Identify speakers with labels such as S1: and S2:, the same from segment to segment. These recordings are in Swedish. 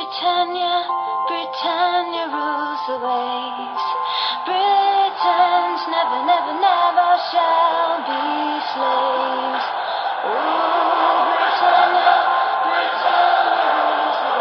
S1: Britannia, Britannia rules the waves. Britons never, never, never shall be slaves. Oh, Britannia, Britannia rules the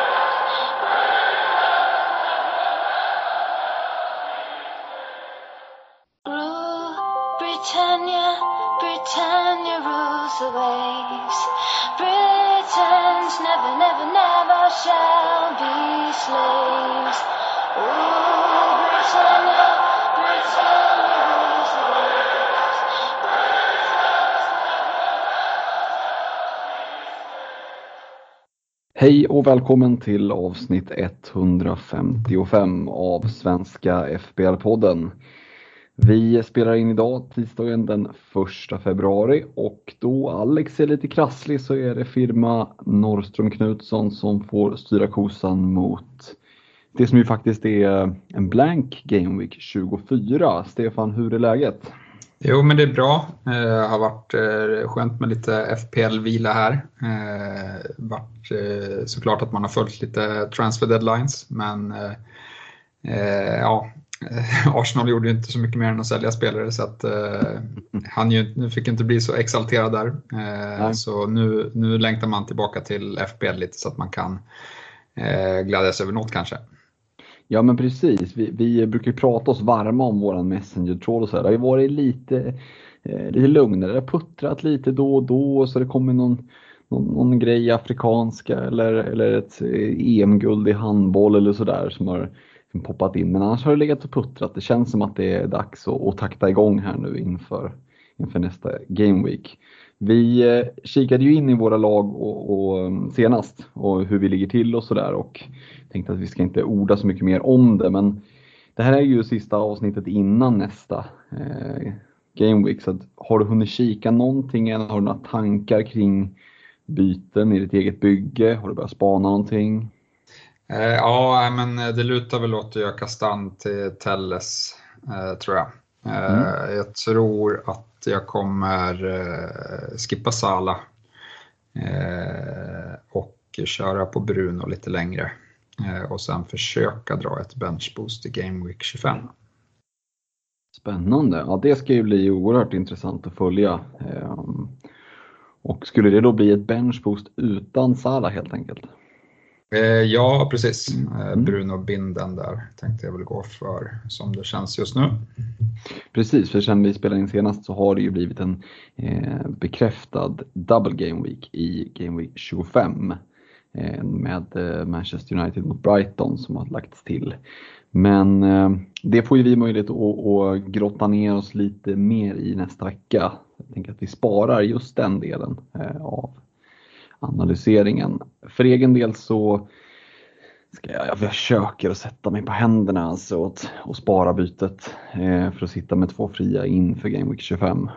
S1: waves. Rule, Britannia, Britannia rules the waves. Britons never, never, never shall be slaves. Oh, Britannia, Britannia rules the waves.
S2: Hej och välkommen till avsnitt 155 av Svenska FBL-podden. Vi spelar in idag tisdagen den 1 februari och då Alex är lite krasslig så är det firma Norrström Knutsson som får styra kosan mot det som ju faktiskt är en blank Game Week 24. Stefan, hur är läget?
S3: Jo, men det är bra. Det har varit skönt med lite FPL-vila här. Såklart att man har följt lite transfer deadlines, men Arsenal gjorde ju inte så mycket mer än att sälja spelare, så att nu fick inte bli så exalterad där. Så nu längtar man tillbaka till FPL lite så att man kan glädjas över något kanske.
S2: Ja, men precis. Vi brukar ju prata oss varma om våran Messenger-tråd och så här. Det har ju varit lite lugnare. Det har puttrat lite då och då, så det kommer någon grej afrikanska eller ett EM-guld i handboll eller sådär som har poppat in. Men annars har det legat och puttrat. Det känns som att det är dags att takta igång här nu inför nästa Game Week. Vi kikade ju in i våra lag och senast och hur vi ligger till och sådär, och tänkte att vi ska inte orda så mycket mer om det, men det här är ju sista avsnittet innan nästa Game Week, så att, har du hunnit kika någonting eller har du några tankar kring byten i ditt eget bygge? Har du börjat spana någonting?
S3: Ja, men det lutar väl åt att göra kastan till Telles, tror jag. Jag tror att jag kommer skippa Salah och köra på Bruno lite längre. Och sen försöka dra ett benchboost i Game Week 25.
S2: Spännande. Ja, det ska ju bli oerhört intressant att följa. Och skulle det då bli ett benchboost utan Salah helt enkelt?
S3: Ja, precis. Bruno Binden där tänkte jag väl gå för, som det känns just nu.
S2: Precis, för sen vi spelade in senast så har det ju blivit en bekräftad double Game Week i Game Week 25 med Manchester United mot Brighton som har lagts till. Men det får ju vi möjlighet att grotta ner oss lite mer i nästa vecka. Jag tänker att vi sparar just den delen av analyseringen. För egen del så ska jag försöker att sätta mig på händerna alltså och spara bytet för att sitta med 2 fria inför Game Week 25.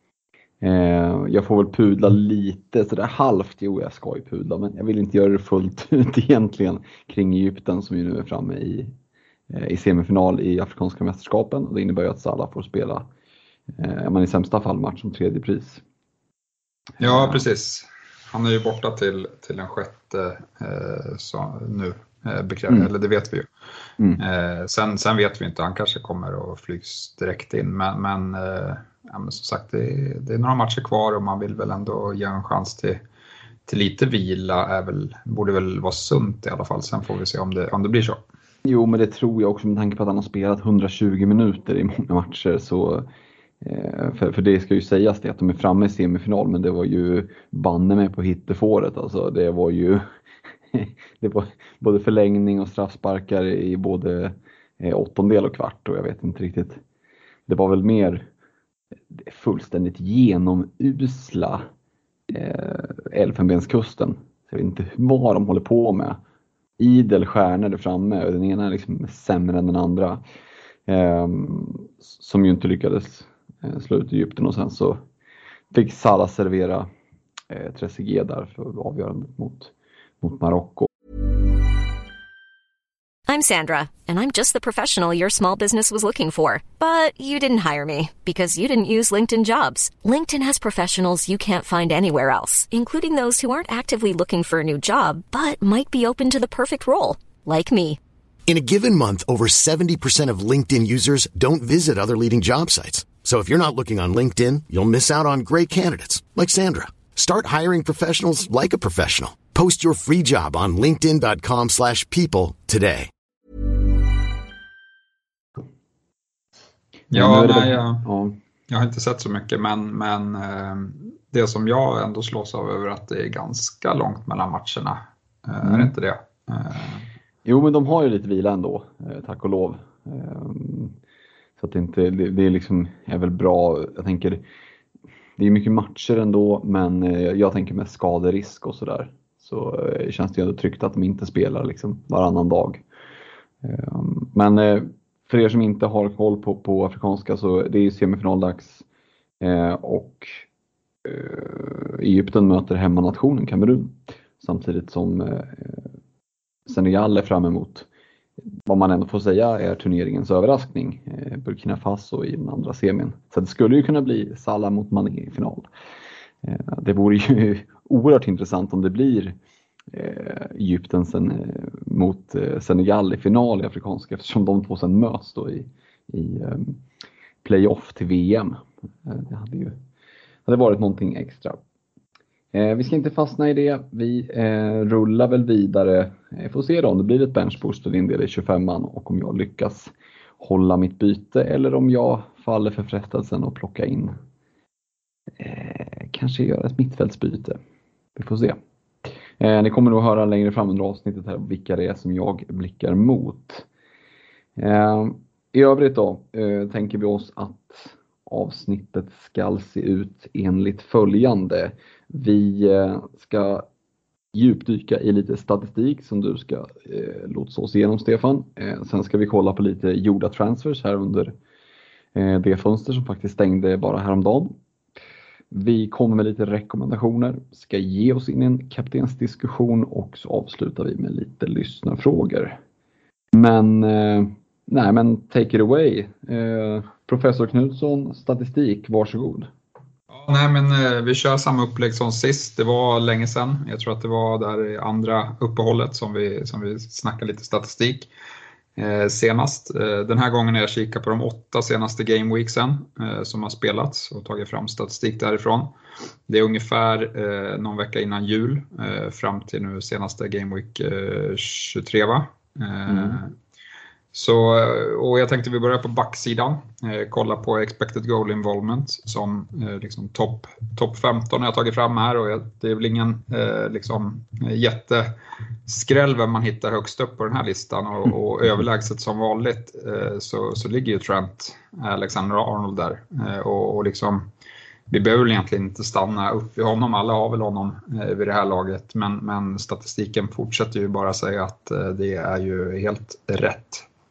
S2: Jag får väl pudla lite sådär halvt. Jo, jag ska ju pudla, men jag vill inte göra det fullt ut egentligen kring Egypten som ju nu är framme i semifinal i Afrikanska mästerskapen. Och det innebär ju att Salah får spela i sämsta fall match som tredje pris.
S3: Ja, precis. Han är ju borta till den 6 nu. Eller det vet vi ju. Sen vet vi inte, han kanske kommer att flygs direkt in, men som sagt det är några matcher kvar och man vill väl ändå ge en chans till lite vila, borde väl vara sunt i alla fall. Sen får vi se om det blir så.
S2: Jo, men det tror jag också med tanke på att han har spelat 120 minuter i många matcher, så för det ska ju sägas det att de är framme i semifinal, men det var ju banne med på hittefåret, alltså det var ju det var både förlängning och straffsparkar i både åttondel och kvart, och jag vet inte riktigt, det var väl mer fullständigt genomusla Elfenbenskusten. Jag vet inte vad de håller på med. Idel stjärnor där framme, och den ena är liksom sämre än den andra, som ju inte lyckades slå ut Egypten, och sen så fick Salah servera Trezeguet där för avgörandet mot Marocko.
S4: I'm Sandra, and I'm just the professional your small business was looking for. But you didn't hire me because you didn't use LinkedIn Jobs. LinkedIn has professionals you can't find anywhere else, including those who aren't actively looking for a new job, but might be open to the perfect role, like me.
S5: In a given month, over 70% of LinkedIn users don't visit other leading job sites. So if you're not looking on LinkedIn, you'll miss out on great candidates like Sandra. Start hiring professionals like a professional. Post your free job on linkedin.com/people today.
S3: Ja, nej, jag har inte sett så mycket, men det som jag ändå slås av över att det är ganska långt mellan matcherna. Är det inte det?
S2: Jo, men de har ju lite vila ändå, tack och lov. Så att det är liksom är väl bra. Jag tänker, det är mycket matcher ändå, men jag tänker med skaderisk och sådär. Så känns det ju tryggt att de inte spelar liksom varannan dag. Men för er som inte har koll på afrikanska, så det är semifinaldags. Och Egypten möter hemmanationen Kamerun. Samtidigt som Senegal är fram emot vad man ändå får säga är turneringens överraskning, Burkina Faso i den andra semin. Så det skulle ju kunna bli Salah mot Mané i final. Det vore ju oerhört intressant om det blir Egypten mot Senegal i final i afrikanska, eftersom de två sen möts då i playoff till VM. Det hade varit någonting extra. Vi ska inte fastna i det. Vi rullar väl vidare. Får se då om det blir ett benchboost för din del i 25an och om jag lyckas hålla mitt byte eller om jag faller för frestelsen och plocka in kanske göra ett mittfältsbyte. Vi får se. Ni kommer nog höra längre fram under avsnittet här vilka det är som jag blickar mot. I övrigt då tänker vi oss att avsnittet ska se ut enligt följande. Vi ska djupdyka i lite statistik som du ska lotsa oss igenom, Stefan. Sen ska vi kolla på lite gjorda transfers här under det fönster som faktiskt stängde bara häromdagen. Vi kommer med lite rekommendationer, ska ge oss in i en kaptensdiskussion och så avslutar vi med lite lyssnarfrågor. Men take it away. Professor Knutsson, statistik, varsågod.
S3: Nej, men vi kör samma upplägg som sist. Det var länge sedan. Jag tror att det var där i andra uppehållet som vi snackade lite statistik senast. Den här gången är jag kikar på de 8 senaste gameweeksen som har spelats och tagit fram statistik därifrån. Det är ungefär någon vecka innan jul fram till nu senaste gameweek 23, va? Så, och jag tänkte vi börjar på backsidan, kolla på expected goal involvement som liksom topp 15 jag har tagit fram här, och det är väl ingen liksom jätteskräll vem man hittar högst upp på den här listan, och överlägset som vanligt så ligger ju Trent Alexander-Arnold där, och liksom vi behöver väl egentligen inte stanna upp vid honom, alla har väl honom vid det här laget, men statistiken fortsätter ju bara säga att det är ju helt rätt.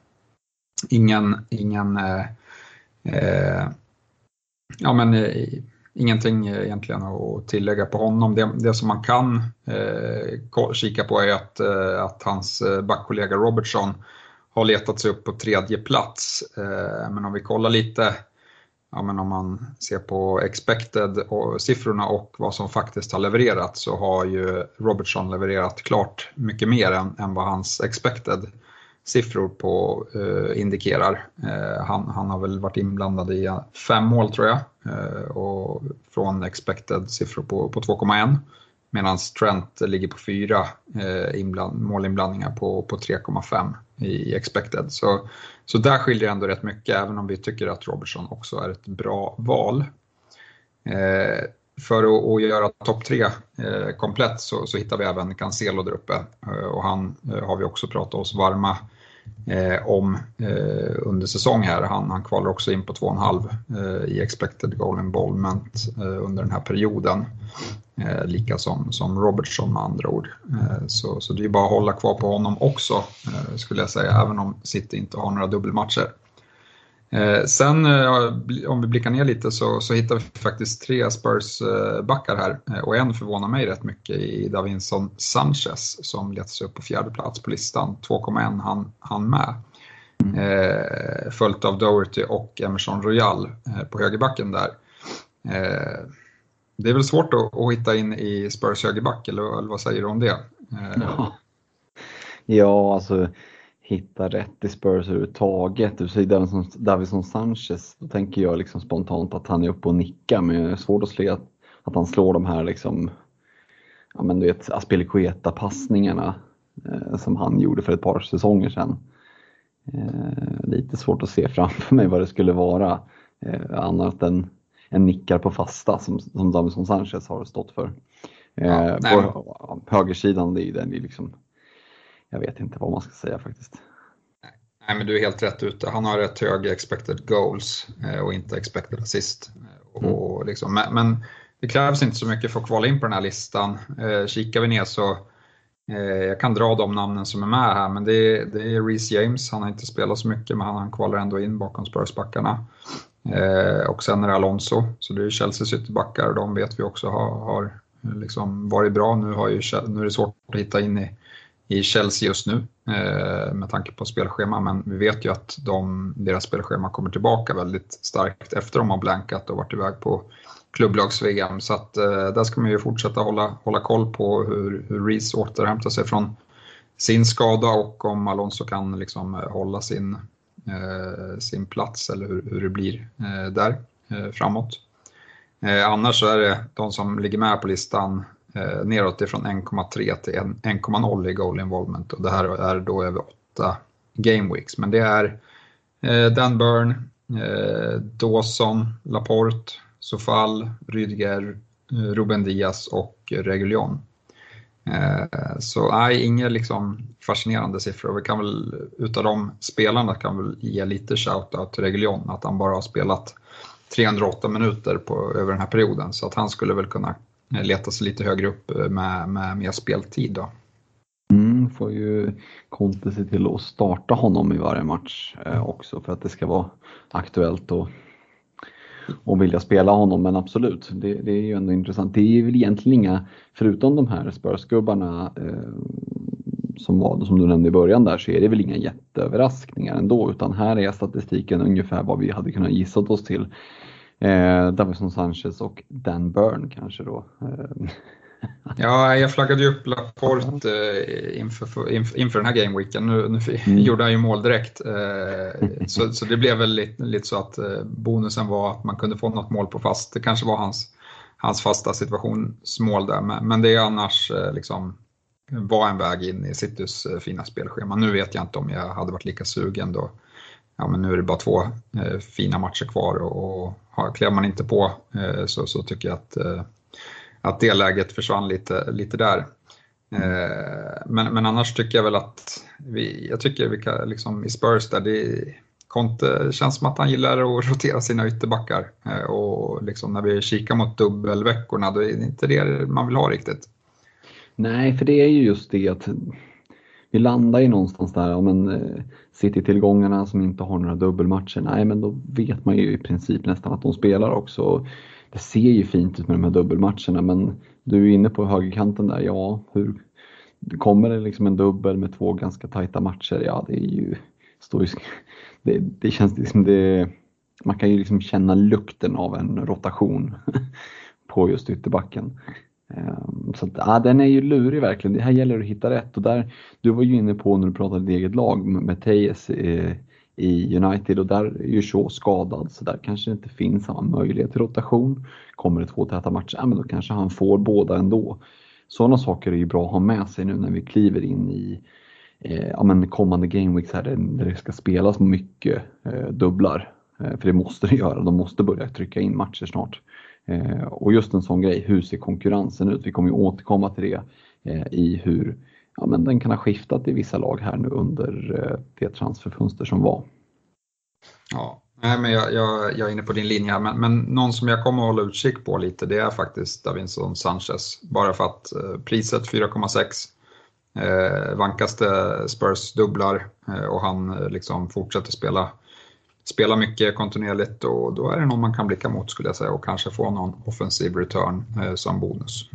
S3: Ingenting egentligen att tillägga på honom. Det som man kan kika på är att hans backkollega Robertson har letat sig upp på 3:e plats. Men om vi kollar lite, om man ser på expected och siffrorna och vad som faktiskt har levererat, så har ju Robertson levererat klart mycket mer än vad hans expected siffror på indikerar. Han har väl varit inblandad i 5 mål tror jag, och från expected siffror på 2,1, medan Trent ligger på 4 målinblandningar på 3,5 i expected. Så där skiljer ändå rätt mycket, även om vi tycker att Robertson också är ett bra val. För att göra topp 3 komplett så hittar vi även Cancelo där uppe, och han har vi också pratat oss varma om under säsong här. Han kvalar också in på 2,5 i expected goal involvement under den här perioden, lika som Robertson med andra ord. Så det är bara att hålla kvar på honom också, skulle jag säga, även om City inte har några dubbelmatcher. Sen om vi blickar ner lite så hittar vi faktiskt 3 Spurs-backar här. Och en förvånar mig rätt mycket i Davinson Sanchez som letar upp på 4:e plats på listan. 2,1 han med. Följt av Doherty och Emerson Royal på högerbacken där. Det är väl svårt att hitta in i Spurs högerback, eller vad säger du om det?
S2: Ja, alltså hitta rätt i Spurs överhuvudtaget. Du säger Davinson Sanchez, då tänker jag liksom spontant att han är uppe och nickar, men det är svårt att se att han slår de här liksom, ja men du vet, Aspilicueta-passningarna som han gjorde för ett par säsonger sedan. Lite svårt att se framför mig vad det skulle vara annat än en nickar på fasta som Davinson Sanchez har stått för. På högersidan, det är den liksom, jag vet inte vad man ska säga faktiskt.
S3: Nej, men du är helt rätt ute. Han har rätt hög expected goals och inte expected assist. Och liksom, men det krävs inte så mycket för att kvala in på den här listan. Kikar vi ner så jag kan dra de namnen som är med här, men det är Reece James. Han har inte spelat så mycket, men han kvalar ändå in bakom Spurs-backarna. Och sen är det Alonso, så det är Chelseas ytterbackar, och de vet vi också har liksom varit bra. Nu är det svårt att hitta in i Chelsea just nu med tanke på spelschema, men vi vet ju att deras spelschema kommer tillbaka väldigt starkt efter de har blankat och varit iväg på klubblags-VM, så att där ska man ju fortsätta hålla koll på hur Reece återhämtar sig från sin skada och om Alonso kan liksom hålla sin plats, eller hur det blir där framåt. Annars så är det de som ligger med på listan neråt ifrån 1,3 till 1,0 i goal involvement, och det här är då över 8 game weeks. Men det är Dan Burn, Dawson, Laporte, Sofal, Rüdiger, Ruben Diaz och Reguilón. Så nej, inga liksom fascinerande siffror. Vi kan väl, utav de spelarna kan väl ge lite shoutout till Reguilón, att han bara har spelat 308 minuter över den här perioden, så att han skulle väl kunna leta sig lite högre upp med mer speltid då.
S2: Får ju Conte se till att starta honom i varje match också, för att det ska vara aktuellt och vilja spela honom, men absolut, det är ju ändå intressant. Det är väl egentligen inga, förutom de här Spurs-gubbarna som du nämnde i början där, så är det väl inga jätteöverraskningar ändå, utan här är statistiken ungefär vad vi hade kunnat gissa oss till. Davinson Sanchez och Dan Burn kanske då.
S3: Ja, jag flaggade ju upp Laporte inför den här gameweeken. Nu gjorde han ju mål direkt. Så det blev väl lite så att bonusen var att man kunde få något mål på fast. Det kanske var hans fasta situationsmål där. Men det är annars liksom var en väg in i Citys fina spelschema. Nu vet jag inte om jag hade varit lika sugen då. Ja, men nu är det bara 2 fina matcher kvar, och klev man inte på så tycker jag att det läget försvann lite där. Men annars tycker jag väl att vi kan liksom i Spurs där Conte känns som att han gillar att rotera sina ytterbackar, och liksom när vi kikar mot dubbelveckorna, då är det inte det man vill ha riktigt.
S2: Nej, för det är ju just det att vi landar ju någonstans där, ja, men City-tillgångarna som inte har några dubbelmatcher, nej men då vet man ju i princip nästan att de spelar också. Det ser ju fint ut med de här dubbelmatcherna, men du är inne på högerkanten där, ja, hur kommer det liksom en dubbel med 2 ganska tajta matcher? Ja, det är ju, det känns liksom man kan ju liksom känna lukten av en rotation på just ytterbacken. Så att, den är ju lurig verkligen. Det här gäller att hitta rätt, och där, du var ju inne på när du pratade ditt eget lag med Tejes i United, och där är ju så skadad, så där kanske det inte finns samma möjlighet till rotation. Kommer det 2 täta matcher, men då kanske han får båda ändå. Sådana saker är ju bra att ha med sig nu när vi kliver in i kommande gameweeks här, där det ska spelas mycket dubblar. För det måste det göra, de måste börja trycka in matcher snart. Och just en sån grej, hur ser konkurrensen ut? Vi kommer ju återkomma till det i hur den kan ha skiftat i vissa lag här nu under det transferfönster som var.
S3: Ja, men jag är inne på din linje här, men någon som jag kommer att hålla utkik på lite, det är faktiskt Davinson Sanchez. Bara för att priset 4,6 vankaste Spurs dubblar, och han liksom fortsätter spela spelar mycket kontinuerligt, och då är det någon man kan blicka mot skulle jag säga, och kanske få någon offensiv return som bonus.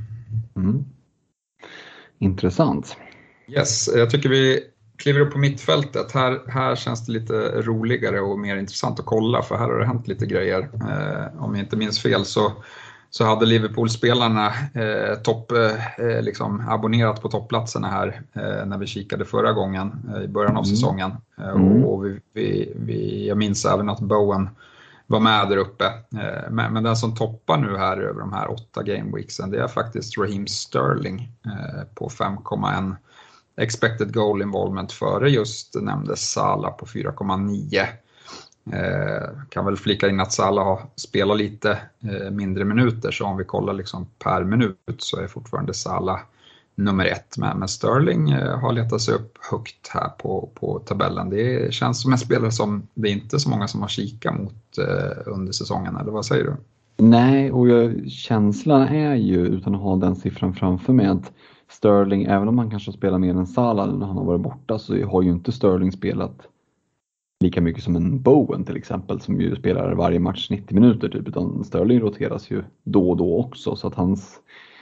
S2: Intressant.
S3: Yes, jag tycker vi kliver upp på mittfältet. Här känns det lite roligare och mer intressant att kolla, för här har det hänt lite grejer. Om jag inte minns fel så hade Liverpool-spelarna liksom abonnerat på toppplatserna här när vi kikade förra gången i början av säsongen. Och jag minns även att Bowen var med där uppe. Men den som toppar nu här över de här 8 gameweeksen, det är faktiskt Raheem Sterling på 5,1 expected goal involvement, före just nämndes Salah på 4,9. Kan väl flika in att Salah har spelat lite mindre minuter, så om vi kollar liksom per minut så är fortfarande Salah nummer 1. Men Sterling har letat sig upp högt här på tabellen. Det känns som en spelare som det är inte så många som har kikat mot under säsongen, eller vad säger du?
S2: Nej, och känslan är ju, utan att ha den siffran framför mig, att Sterling, även om han kanske spelar mer än Salah när han har varit borta, så har ju inte Sterling spelat lika mycket som en Bowen till exempel, som ju spelar varje match 90 minuter typ, utan Sterling roteras ju då och då också, så att hans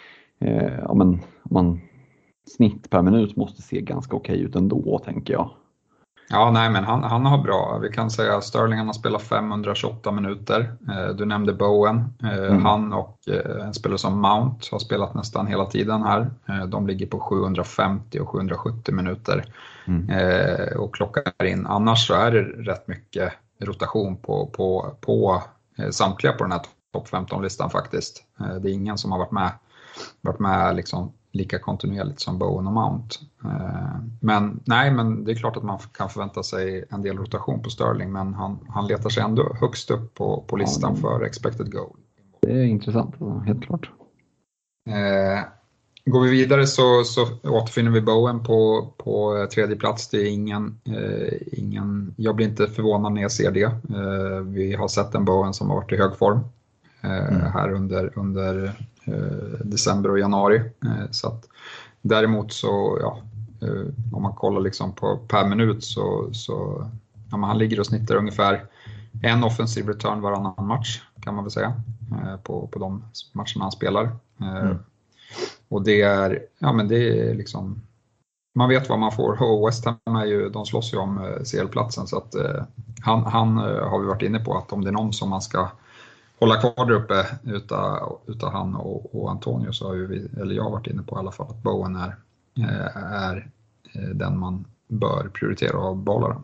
S2: snitt per minut måste se ganska okej ut ändå, tänker jag.
S3: Ja, nej, men han har bra. Vi kan säga att Sterling har spelat 528 minuter. Du nämnde Bowen. Han och en spelare som Mount har spelat nästan hela tiden här. De ligger på 750 och 770 minuter och klockar in. Annars så är det rätt mycket rotation på samtliga på den här topp 15-listan faktiskt. Det är ingen som har varit med liksom lika kontinuerligt som Bowen och Mount. Men det är klart att man kan förvänta sig en del rotation på Sterling, men han letar sig ändå högst upp på listan för expected goal.
S2: Det är intressant, helt klart.
S3: Går vi vidare så återfinner vi Bowen på tredje plats. Det är ingen, jag blir inte förvånad när jag ser det. Vi har sett en Bowen som har varit i hög form här under december och januari. Så att, däremot så, om man kollar liksom på per minut så han ligger och snittar ungefär en offensiv return varannan match, kan man väl säga, på de matcherna han spelar. Och det är liksom, man vet vad man får, och West Ham de slåss ju om CL-platsen, så att han har vi varit inne på att om det är någon som man ska hålla kvar där uppe utav han och Antonio, så har jag varit inne på i alla fall att Bowen är den man bör prioritera och behålla.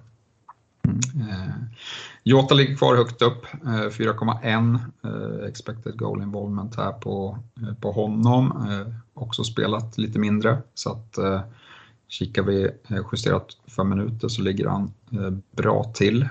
S3: Jota ligger kvar högt upp, 4,1 expected goal involvement här på honom. Också spelat lite mindre, så att kikar vi justerat 5 minuter så ligger han bra till.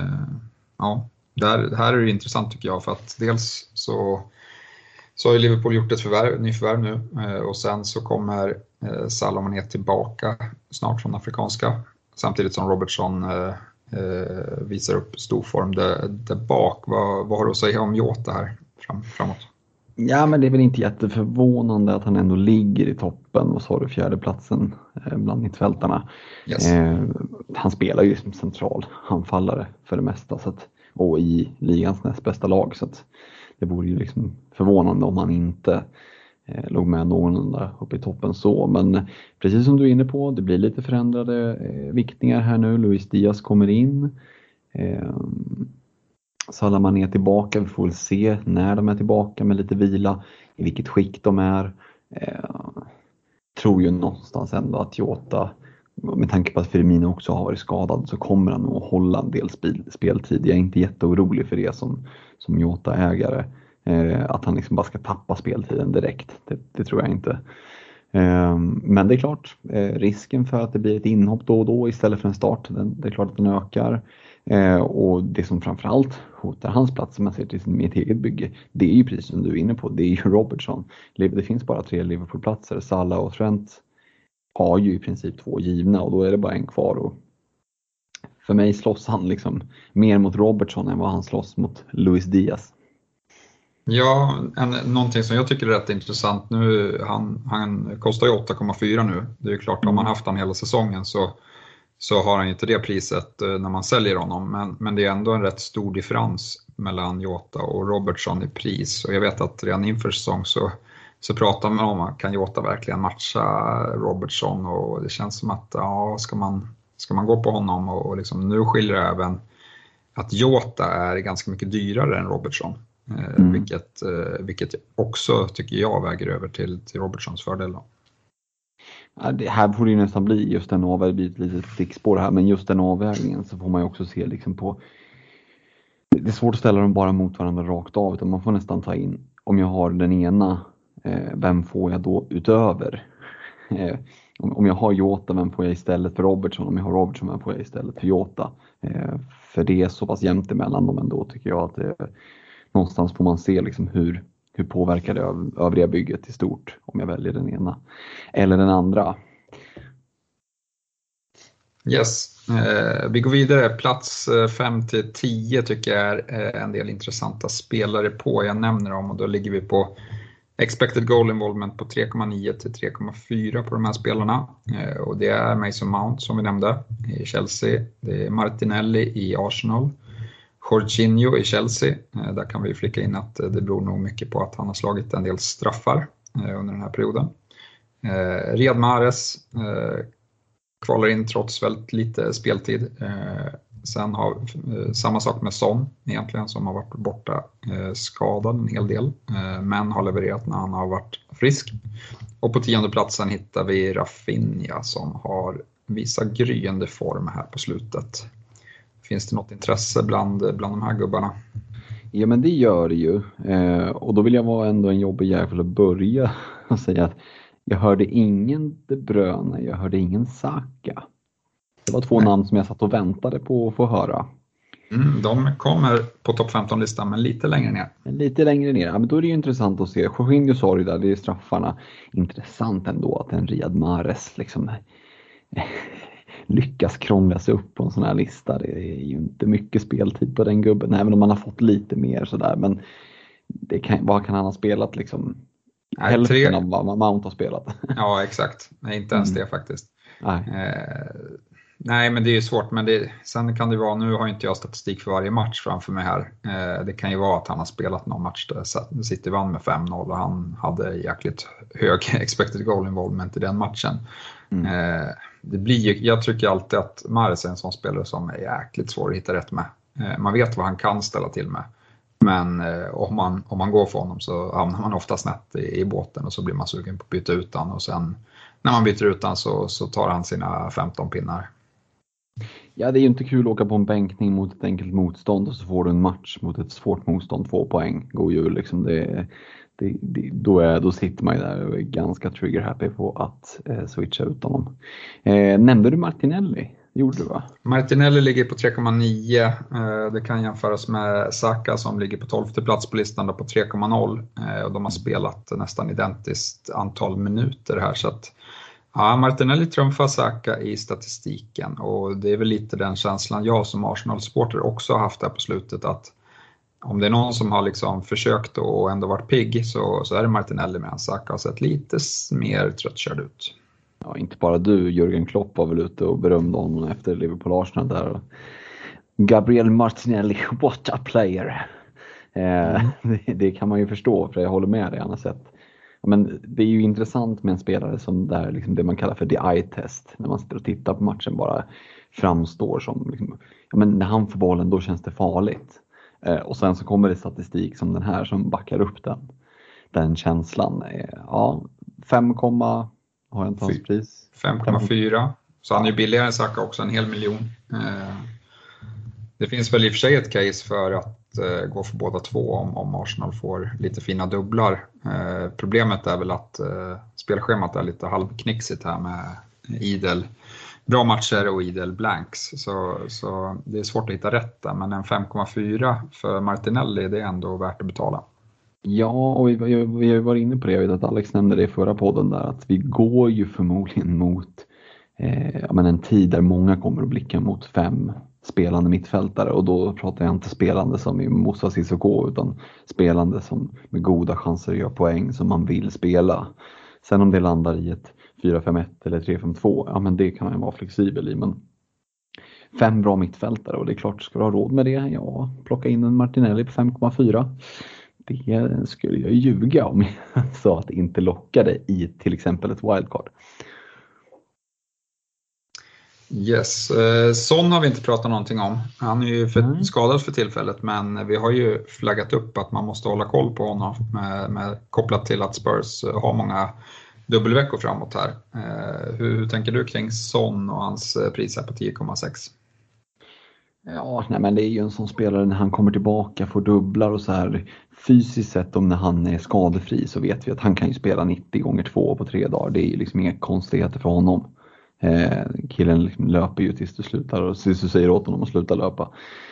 S3: Här är det intressant tycker jag, för att dels så har Liverpool gjort ett nyförvärv nu, och sen så kommer Salah Mané tillbaka snart från afrikanska, samtidigt som Robertson visar upp stor form där bak. Vad har du att säga om Jota här framåt?
S2: Ja, men det är väl inte jätteförvånande att han ändå ligger i toppen, och så har du 4:e platsen bland mittfältarna.
S3: Yes.
S2: Han spelar ju som central anfallare för det mesta, så att, och i ligans näst bästa lag, så att det vore ju liksom förvånande om han inte låg med någorlunda uppe i toppen så. Men precis som du är inne på, det blir lite förändrade viktningar här nu. Luis Diaz kommer in. Salah Mané är tillbaka. Vi får väl se när de är tillbaka med lite vila, i vilket skick de är. Tror ju någonstans ändå att Jota, med tanke på att Firmino också har varit skadad, så kommer han nog hålla en del speltid. Jag är inte jätteorolig för det som Jota-ägare. Att han liksom bara ska tappa speltiden direkt. Det tror jag inte. Men det är klart, risken för att det blir ett inhopp då och då istället för en start, det är klart att den ökar. Och det som framförallt hotar hans plats, som man ser till mitt eget bygge, det är ju precis som du är inne på, det är ju Robertson. Det finns bara 3 Liverpool-platser. Salah och Trent har ju i princip 2 givna, och då är det bara en kvar. Och för mig slåss han liksom mer mot Robertson än vad han slåss mot Luis Diaz.
S3: Ja, någonting som jag tycker är rätt intressant nu, han kostar ju 8,4 nu. Det är ju klart, om man haft han hela säsongen så så har han inte det priset när man säljer honom. Men det är ändå en rätt stor differens mellan Jota och Robertson i pris. Och jag vet att redan inför säsong så pratar man om, kan Jota verkligen matcha Robertson? Och det känns som att ska man gå på honom? Och liksom, nu skiljer det även att Jota är ganska mycket dyrare än Robertson. Vilket också tycker jag väger över till Robertsons fördel då.
S2: Ja, det här får det ju nästan bli just en avvägning, ett litet stickspår här, men just den avvägningen så får man ju också se liksom på, det är svårt att ställa dem bara mot varandra rakt av, utan man får nästan ta in, om jag har den ena, vem får jag då utöver? Om jag har Jota, vem får jag istället för Robertson? Om jag har Robertson, vem får jag istället för Jota? För det är så pass jämnt emellan dem ändå, tycker jag, att någonstans får man se liksom hur påverkar det övriga bygget i stort om jag väljer den ena eller den andra.
S3: Yes, vi går vidare. Plats 5-10 tycker jag är en del intressanta spelare på. Jag nämner dem och då ligger vi på expected goal involvement på 3,9 till 3,4 på de här spelarna. Och det är Mason Mount som vi nämnde i Chelsea. Det är Martinelli i Arsenal. Jorginho i Chelsea. Där kan vi flika in att det beror nog mycket på att han har slagit en del straffar under den här perioden. Riyad Mahrez kvalar in trots väldigt lite speltid. Sen har samma sak med Son egentligen, som har varit borta skadad en hel del, men har levererat när han har varit frisk. Och på 10:e platsen hittar vi Rafinha som har visat gryende form här på slutet. Finns det något intresse bland de här gubbarna?
S2: Ja, men det gör det ju. Och då vill jag vara ändå en jobbig jävel att börja och säga att jag hörde ingen De Bruyne, jag hörde ingen Saka. Det var två namn som jag satt och väntade på att få höra.
S3: De kommer på topp 15-listan, men lite längre ner.
S2: Lite längre ner, ja, men då är det ju intressant att se. Jorginho sa ju där, det är straffarna. Intressant ändå att en Riyad Mahrez liksom lyckas krångla sig upp på en sån här lista. Det är ju inte mycket speltid på den gubben, även om man har fått lite mer sådär. Men vad kan han ha spelat liksom? Hälften av vad Mount har spelat.
S3: Ja, exakt. Nej, inte ens det faktiskt. Nej, men det är ju svårt. Men sen kan det vara, nu har inte jag statistik för varje match framför mig här. Det kan ju vara att han har spelat någon match där City vann med 5-0 och han hade jäkligt hög expected goal involvement i den matchen. Det blir ju, jag tycker alltid att Mahrez är en sån spelare som är jäkligt svår att hitta rätt med. Man vet vad han kan ställa till med. Men om man går för honom så hamnar man ofta snett i båten och så blir man sugen på att byta ut han. Och sen när man byter ut han så tar han sina 15 pinnar.
S2: Ja, det är ju inte kul att åka på en bänkning mot ett enkelt motstånd och så får du en match mot ett svårt motstånd, 2 poäng. God jul liksom. Då sitter man ju där och är ganska trigger happy på att switcha ut honom. Nämnde du Martinelli? Gjorde du, va? Martinelli
S3: ligger på 3,9. Det kan jämföras med Saka som ligger på 12:e plats på listan på 3,0. Och de har spelat nästan identiskt antal minuter här. Så att, ja, Martinelli trumfar Saka i statistiken. Och det är väl lite den känslan jag som Arsenal-supporter också har haft här på slutet. Att om det är någon som har liksom försökt och ändå varit pigg så är det Martinelli, medan Saka har sett lite mer tröttkörd ut.
S2: Ja, inte bara du, Jürgen Klopp var väl ute och berömde honom efter Liverpool-Arsenal där. Gabriel Martinelli, what a player. Det kan man ju förstå, för jag håller med dig, annars sett. Men det är ju intressant med en spelare som där liksom det man kallar för the eye test. När man sitter och tittar på matchen bara framstår som liksom, ja, men när han får bollen då känns det farligt. Och sen så kommer det statistik som den här som backar upp den känslan. Ja, 5, har jag inte hans pris?
S3: 5,4. Så han är ju billigare än Saka också, 1 miljon. Det finns väl i och för sig ett case för att gå för båda två om Arsenal får lite fina dubblar. Problemet är väl att spelschemat är lite halvknixigt här med idel bra matcher och idel blanks. Så det är svårt att hitta rätt där. Men en 5,4 för Martinelli, det är ändå värt att betala.
S2: Ja, och vi har ju varit inne på det. Jag vet att Alex nämnde det i förra podden där. Att vi går ju förmodligen mot en tid där många kommer att blicka mot 5 spelande mittfältare. Och då pratar jag inte spelande som i Moussa Sissoko, utan spelande som med goda chanser att göra poäng som man vill spela. Sen om det landar i ett 4-5-1 eller 3-5-2, ja men det kan man ju vara flexibel i. Men 5 bra mittfältare och det är klart, ska du ha råd med det, ja, plocka in en Martinelli på 5,4. Det skulle jag ljuga om jag sa att det inte lockade i till exempel ett wildcard.
S3: Yes, Son har vi inte pratat någonting om. Han är ju skadad för tillfället, men vi har ju flaggat upp att man måste hålla koll på honom med kopplat till att Spurs har många dubbelveckor framåt här. Hur tänker du kring Son och hans pris här på 10,6?
S2: Ja, nej, men det är ju en sån spelare när han kommer tillbaka, får dubblar och så här. Fysiskt sett, om när han är skadefri, så vet vi att han kan ju spela 90 gånger 2 på 3 dagar. Det är ju liksom inga konstigheter för honom. Killen liksom löper ju tills du slutar och tills du säger åt honom att sluta löpa.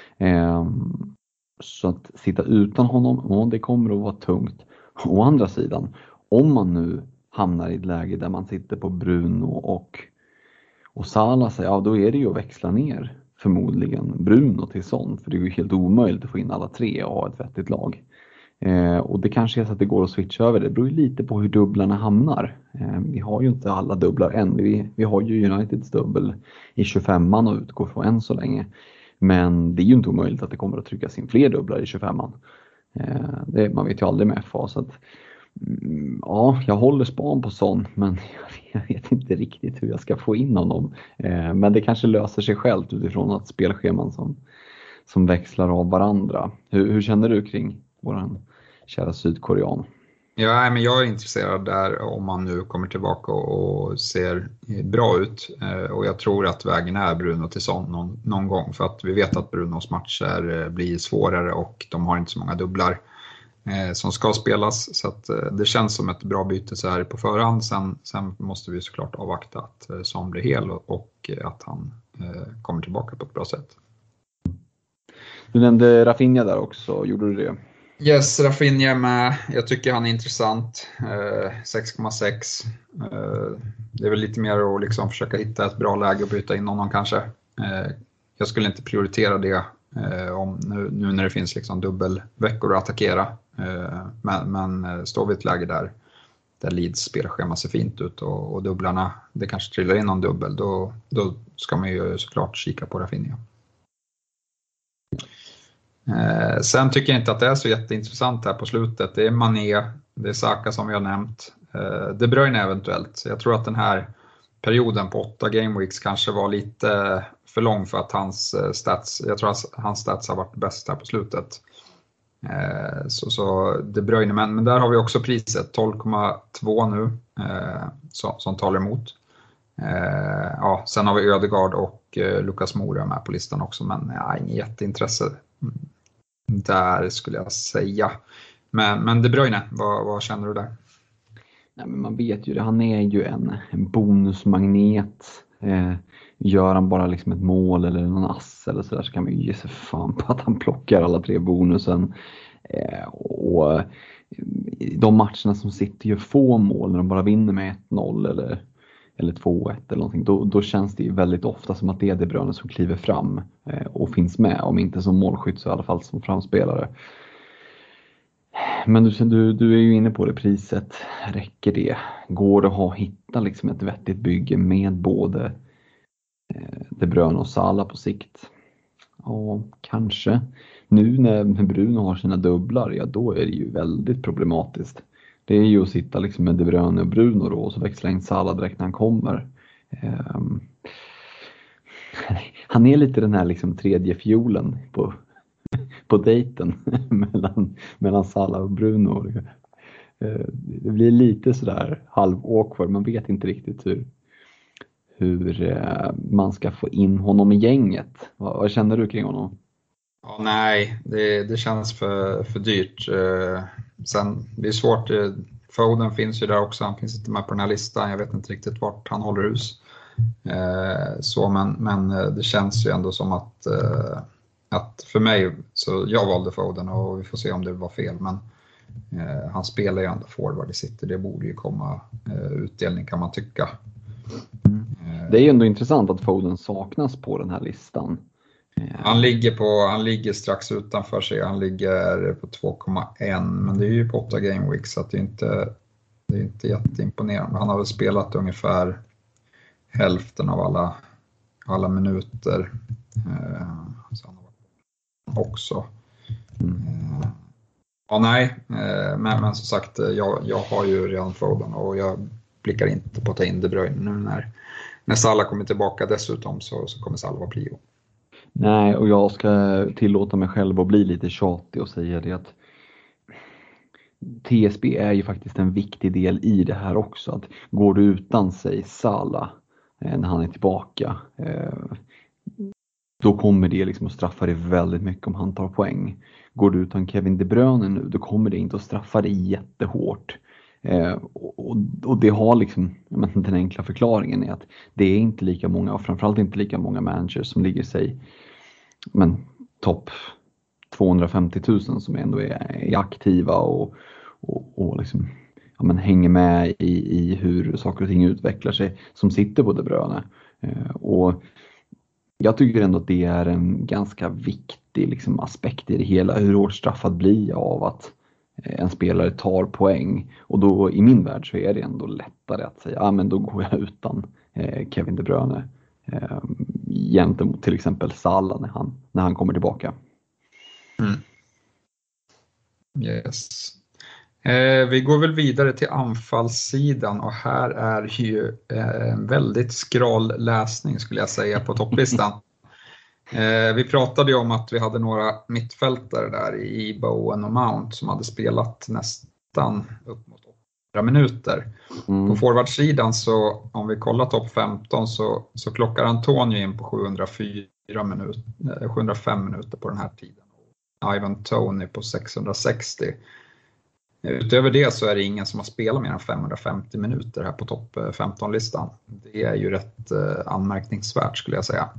S2: Så att sitta utan honom, det kommer att vara tungt. Å andra sidan, om man nu hamnar i ett läge där man sitter på Bruno och Salah, ja, då är det ju att växla ner förmodligen Bruno till Son, för det är ju helt omöjligt att få in alla 3 och ha ett vettigt lag. Och det kanske är så att det går att switcha över. Det beror ju lite på hur dubblarna hamnar. Vi har ju inte alla dubblar än. Vi har ju Uniteds dubbel i 25an och utgår från än så länge. Men det är ju inte omöjligt att det kommer att tryckas in fler dubblar i 25an. Man vet ju aldrig med FA. Så att, ja, jag håller span på Son, men jag vet inte riktigt hur jag ska få in honom. Men det kanske löser sig självt utifrån att spelscheman som växlar av varandra. Hur känner du kring våran kära sydkorean?
S3: Ja, men jag är intresserad där om man nu kommer tillbaka och ser bra ut. Och jag tror att vägen är Bruno till Son någon gång. För att vi vet att Brunos matcher blir svårare och de har inte så många dubblar som ska spelas. Så att det känns som ett bra byte så här på förhand. Sen måste vi såklart avvakta att Son blir hel och att han kommer tillbaka på ett bra sätt.
S2: Du nämnde Rafinha där också, gjorde du det?
S3: Yes, Rafinha med. Jag tycker han är intressant. 6,6. Det är väl lite mer att liksom försöka hitta ett bra läge och byta in honom kanske. Jag skulle inte prioritera det nu när det finns liksom dubbelveckor att attackera. Men står vi ett läge där Leeds spelschema ser fint ut och dubblarna, det kanske trillar in någon dubbel, då ska man ju såklart kika på Rafinha. Sen tycker jag inte att det är så jätteintressant här på slutet. Det är Mané, det är Saka som vi har nämnt. De Bruyne eventuellt. Jag tror att den här perioden på 8 game weeks kanske var lite för lång för att hans stats har varit bäst här på slutet. Så De Bruyne, men där har vi också priset 12,2 nu som talar emot. Ja, sen har vi Ödegaard och Lucas Moura med på listan också, men ingen jätteintresse där skulle jag säga. Men De Bruyne, vad känner du där?
S2: Nej, men man vet ju det, han är ju en bonusmagnet. Gör han bara liksom ett mål eller någon ass eller sådär, så kan man ju ge sig fan på att han plockar alla 3 bonusen. Och de matcherna som sitter gör få mål, när de bara vinner med 1-0 eller 2-1 eller någonting, då känns det ju väldigt ofta som att det är De Bruyne som kliver fram och finns med, om inte som målskytt så i alla fall som framspelare. Men du är ju inne på det, priset, räcker det? Går det att hitta liksom ett vettigt bygge med både De Bruyne och Salah på sikt? Ja, kanske. Nu när Bruno har sina dubblar, ja, då är det ju väldigt problematiskt. Det är ju att sitta liksom med De Bruyne och Bruno då, och så växla in Salah direkt när han kommer. Han är lite den här liksom tredje fiolen på dejten mellan Salah och Bruno. Det blir lite sådär halv-awkward. Man vet inte riktigt hur man ska få in honom i gänget. Vad känner du kring honom?
S3: Ja, nej, det känns för dyrt. Sen, det är svårt. Foden finns ju där också. Han finns inte med på den här listan. Jag vet inte riktigt vart han håller hus. Men det känns ju ändå som att för mig, så jag valde Foden och vi får se om det var fel. Men han spelar ju ändå forward i City. Det borde ju komma utdelning, kan man tycka.
S2: Det är ju ändå intressant att Foden saknas på den här listan.
S3: Han ligger strax utanför sig. Han ligger på 2,1, men det är ju på 8 game weeks, så att det är inte jätteimponerande. Han har väl spelat ungefär hälften av alla alla minuter. Också. Men som sagt, jag har ju redan Foden och jag blickar inte på att ta in De Bruyne nu när Salah kommer tillbaka dessutom så kommer Salah vara prio.
S2: Nej, och jag ska tillåta mig själv att bli lite tjatig och säga det att TSB är ju faktiskt en viktig del i det här också. Att går du utan sig Salah när han är tillbaka, då kommer det liksom att straffa dig väldigt mycket om han tar poäng. Går du utan Kevin De Bruyne nu, då kommer det inte att straffa dig jättehårt. Och det har liksom, den enkla förklaringen är att det är inte lika många, och framförallt inte lika många managers som ligger sig topp 250 000 som ändå är aktiva och liksom, hänger med i hur saker och ting utvecklar sig, som sitter på De Bruyne. Och jag tycker ändå att det är en ganska viktig liksom aspekt i det hela. Hur hårt straffad blir jag av att en spelare tar poäng? Och då i min värld så är det ändå lättare att säga men då går jag utan Kevin De Bruyne gentemot till exempel Salah när han kommer tillbaka.
S3: Yes. Vi går väl vidare till anfallssidan och här är ju en väldigt skral läsning skulle jag säga på topplistan. Vi pratade ju om att vi hade några mittfältare där i Bowen och Mount som hade spelat nästan upp mot 8 minuter. På forwardsidan så om vi kollar topp 15 så klockar Antonio in på 705 minuter på den här tiden. Ivan Toney på 660. Utöver det så är det ingen som har spelat mer än 550 minuter här på topp 15-listan. Det är ju rätt anmärkningsvärt skulle jag säga.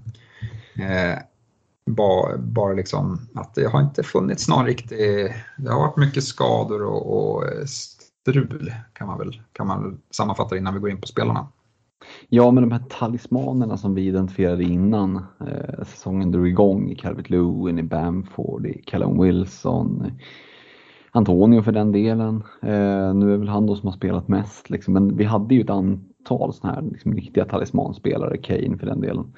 S3: Bara liksom att det har inte funnits någon riktig... Det har varit mycket skador och strul kan man väl sammanfatta innan vi går in på spelarna.
S2: Ja, men de här talismanerna som vi identifierade innan säsongen drog igång i Calvert-Lewin, i Bamford, i Callum Wilson, Antonio för den delen. Nu är väl han då som har spelat mest. Liksom. Men vi hade ju ett antal såna här liksom, riktiga talismanspelare, Kane för den delen.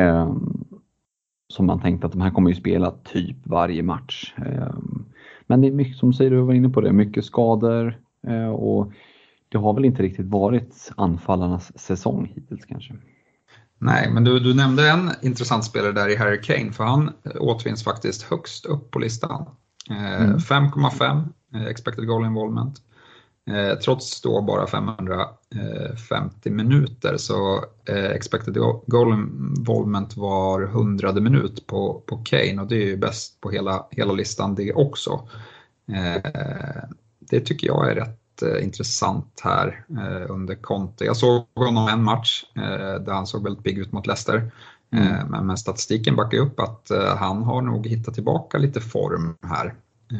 S2: Som man tänkte att de här kommer ju spela typ varje match. Men det är mycket, som säger du var inne på det, mycket skador. Och det har väl inte riktigt varit anfallarnas säsong hittills kanske.
S3: Nej, men du nämnde en intressant spelare där i Harry Kane, för han återfinns faktiskt högst upp på listan. 5,5 expected goal involvement. Trots då bara 550 minuter så expected goal involvement var 100:e minut på Kane, och det är ju bäst på hela listan det också. Det tycker jag är rätt intressant här under Conte. Jag såg honom en match där han såg väldigt pigg ut mot Leicester. Men statistiken backar upp att han har nog hittat tillbaka lite form här.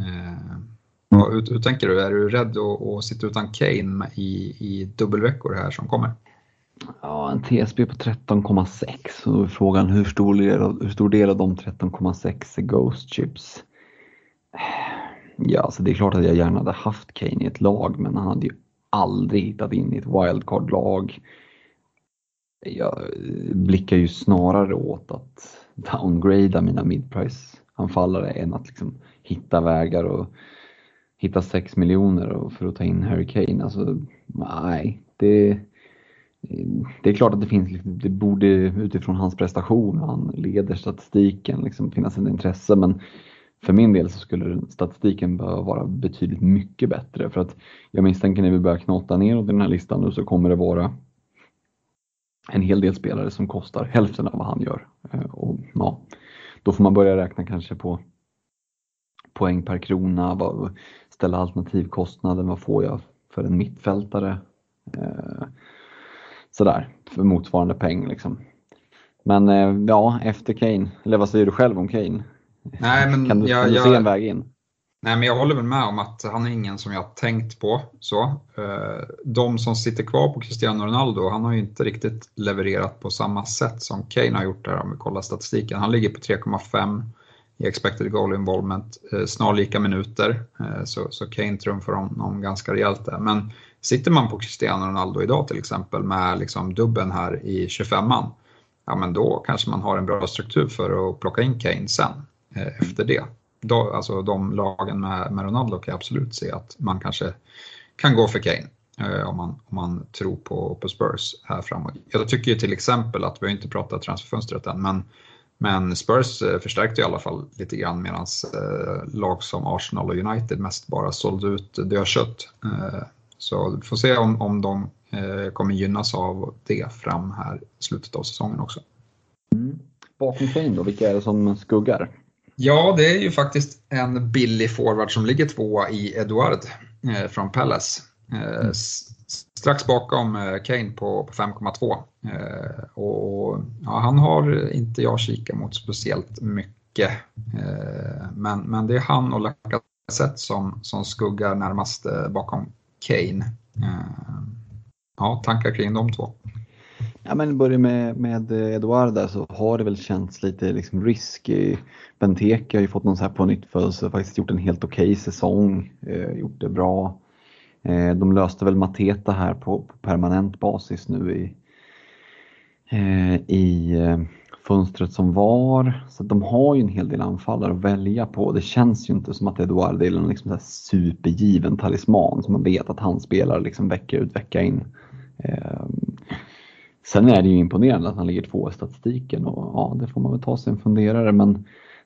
S3: Hur tänker du? Är du rädd att sitta utan Kane i dubbelveckor här som kommer?
S2: Ja, en TSB på 13,6. Och då är frågan hur stor del av de 13,6 är Ghost Chips? Ja, alltså det är klart att jag gärna hade haft Kane i ett lag, men han hade ju aldrig hittat in i ett wildcard-lag. Jag blickar ju snarare åt att downgrada mina mid-price-anfallare än att liksom hitta vägar och hitta 6 miljoner för att ta in Harry Kane. Alltså, nej, det är klart att det borde utifrån hans prestation, han leder statistiken, liksom finnas ett intresse, men för min del så skulle statistiken behöva vara betydligt mycket bättre, för att jag misstänker när vi börjar knata neråt i den här listan nu så kommer det vara en hel del spelare som kostar hälften av vad han gör. Och ja, då får man börja räkna kanske på poäng per krona, ställa alternativkostnaden, vad får jag för en mittfältare, sådär, för motsvarande peng liksom. Men ja, efter Kane, eller vad säger du själv om Kane?
S3: Nej, men
S2: kan du se en väg in?
S3: Nej, men jag håller väl med om att han är ingen som jag har tänkt på. Så. De som sitter kvar på Cristiano Ronaldo, han har ju inte riktigt levererat på samma sätt som Kane har gjort där om vi kollar statistiken. Han ligger på 3,5 i expected goal involvement, snarlika minuter. Så Kane trumfar om ganska rejält där. Men sitter man på Cristiano Ronaldo idag till exempel med liksom dubben här i 25an, ja men då kanske man har en bra struktur för att plocka in Kane sen efter det. Då, alltså de lagen med Ronaldo kan jag absolut se att man kanske kan gå för Kane om man tror på Spurs här framåt. Jag tycker ju till exempel att vi har inte pratat transferfönstret än, men Spurs förstärkte i alla fall lite grann medan lag som Arsenal och United mest bara sålde ut dödkött. Så vi får se om de kommer gynnas av det fram här i slutet av säsongen också.
S2: Bakom Kane då, vilka är det som skuggar?
S3: Ja, det är ju faktiskt en billig forward som ligger 2 i Eduard från Palace. Strax bakom Kane på 5,2. Och ja, han har inte jag kikat mot speciellt mycket. Men det är han och Lacazette som skuggar närmast bakom Kane. Ja, tankar kring de två.
S2: Ja, men börjar med Eduard där, så har det väl känts lite liksom risk. Benteke har ju fått någon så här på nytt födelse, faktiskt gjort en helt okej säsong, gjort det bra. De löste väl Mateta här på permanent basis nu i fönstret som var. Så de har ju en hel del anfallare att välja på. Det känns ju inte som att Eduard är en liksom supergiven talisman som man vet att han spelar liksom vecka ut, vecka in. Sen är det ju imponerande att han ligger 2 i statistiken, och ja, det får man väl ta sig en funderare, men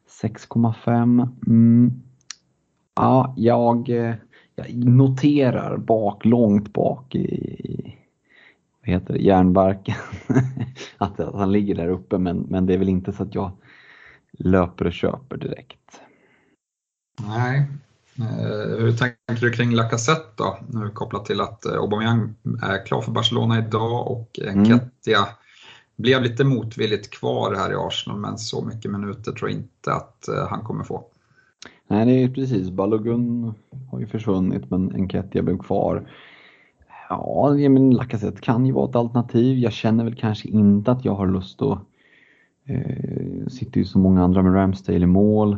S2: 6,5 ja, jag noterar långt bak i vad heter det, järnbarken att han ligger där uppe, men det är väl inte så att jag löper och köper direkt.
S3: Nej. Hur tänker du kring Lacazette då? Nu kopplat till att Aubameyang är klar för Barcelona idag och Nketiah blev lite motvilligt kvar här i Arsenal, men så mycket minuter tror jag inte att han kommer få.
S2: Nej, det är precis. Balogun har ju försvunnit, men Nketiah blev kvar. Ja, men Lacazette kan ju vara ett alternativ. Jag känner väl kanske inte att jag har lust att sitter ju så många andra med Ramsdale i mål.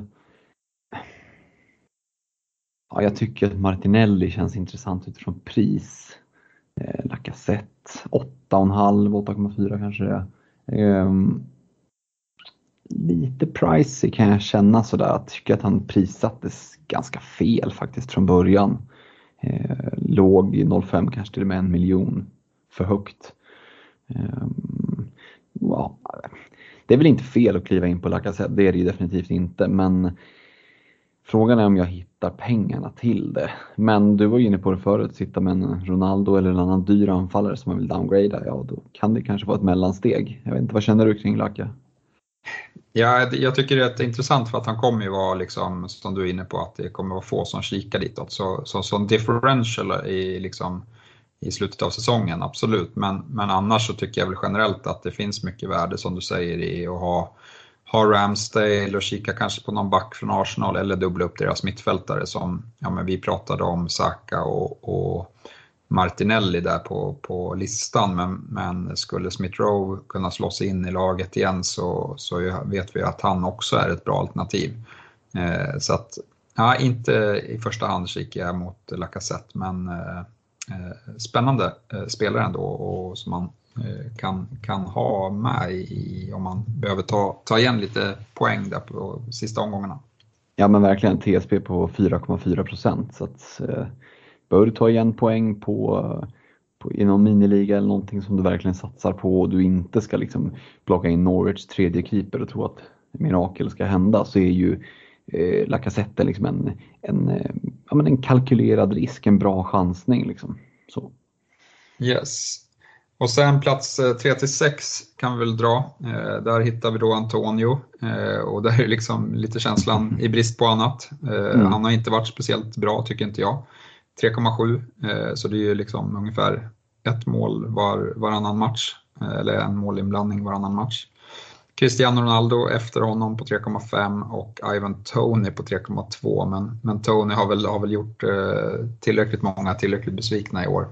S2: Ja, jag tycker att Martinelli känns intressant utifrån pris. Lacazette 8,5, 8,4 kanske det är. Lite pricey kan jag känna sådär. Jag tycker att han prissattes ganska fel faktiskt från början. Låg i 0,5 kanske till och med 1 miljon för högt. Ja, det är väl inte fel att kliva in på Lacazette, det är det ju definitivt inte, men frågan är om jag hittar pengarna till det. Men du var inne på det förut, sitta med en Ronaldo eller en annan dyr anfallare som man vill downgrada, ja då kan det kanske vara ett mellansteg. Jag vet inte, vad känner du kring Lacka?
S3: Ja, jag tycker det är intressant för att han kommer ju vara liksom, som du är inne på, att det kommer vara få som kikar ditåt. Så differential i slutet av säsongen, absolut. Men annars så tycker jag väl generellt att det finns mycket värde, som du säger, i att ha Ramsdale och kika kanske på någon back från Arsenal eller dubbla upp deras mittfältare som, ja men vi pratade om Saka och Martinelli där på listan, men skulle Smith Rowe kunna slå sig in i laget igen så vet vi att han också är ett bra alternativ. Så att, ja, inte i första hand kikar jag mot Lacazette, men spännande spelare ändå, och som man kan ha med om man behöver ta igen lite poäng där på sista omgångarna.
S2: Ja, men verkligen TSP på 4,4%, så att bör du ta igen poäng på i någon miniliga eller någonting som du verkligen satsar på, och du inte ska liksom plocka in Norwich tredje keeper och tro att mirakel ska hända, så är ju Lacazette liksom en kalkylerad risk, en bra chansning liksom. Så.
S3: Yes. Och sen plats 3-6 kan vi väl dra. Där hittar vi då Antonio. Och där är liksom lite känslan i brist på annat. Han har inte varit speciellt bra, tycker inte jag. 3,7. Så det är ju liksom ungefär ett mål varannan match. Eller en målinblandning varannan match. Cristiano Ronaldo efter honom på 3,5 och Ivan Toney på 3,2. Men Toney har väl gjort tillräckligt besvikna i år.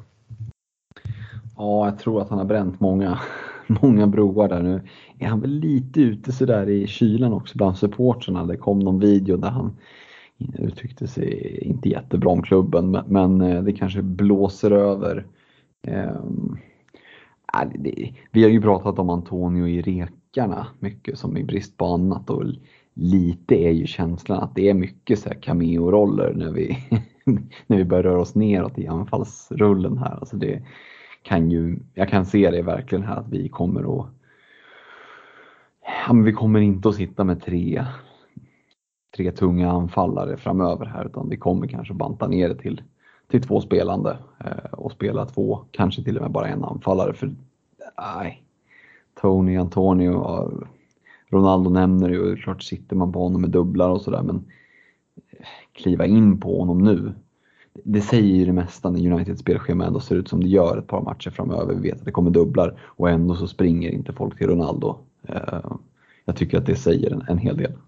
S2: Ja, jag tror att han har bränt många broar där nu. Är han väl lite ute så där i kylan också bland supporterna. Det kom någon video där han uttryckte sig inte jättebra om klubben, men det kanske blåser över. Vi har ju pratat om Antonio i rekarna mycket som i brist på annat, och lite är ju känslan att det är mycket så här cameo-roller när vi börjar röra oss neråt i anfallsrullen här. Alltså jag kan se det verkligen här att vi kommer vi kommer inte att sitta med tre tunga anfallare framöver här, utan vi kommer kanske banta ner det till 2 spelande och spela 2, kanske till och med bara en anfallare. För Tony, Antonio, Ronaldo nämner det ju, klart sitter man på honom med dubblar och sådär, men kliva in på honom nu, det säger ju det mesta när Uniteds spelschema ändå ser ut som det gör ett par matcher framöver. Vi vet att det kommer dubblar och ändå så springer inte folk till Ronaldo. Jag tycker att det säger en hel del.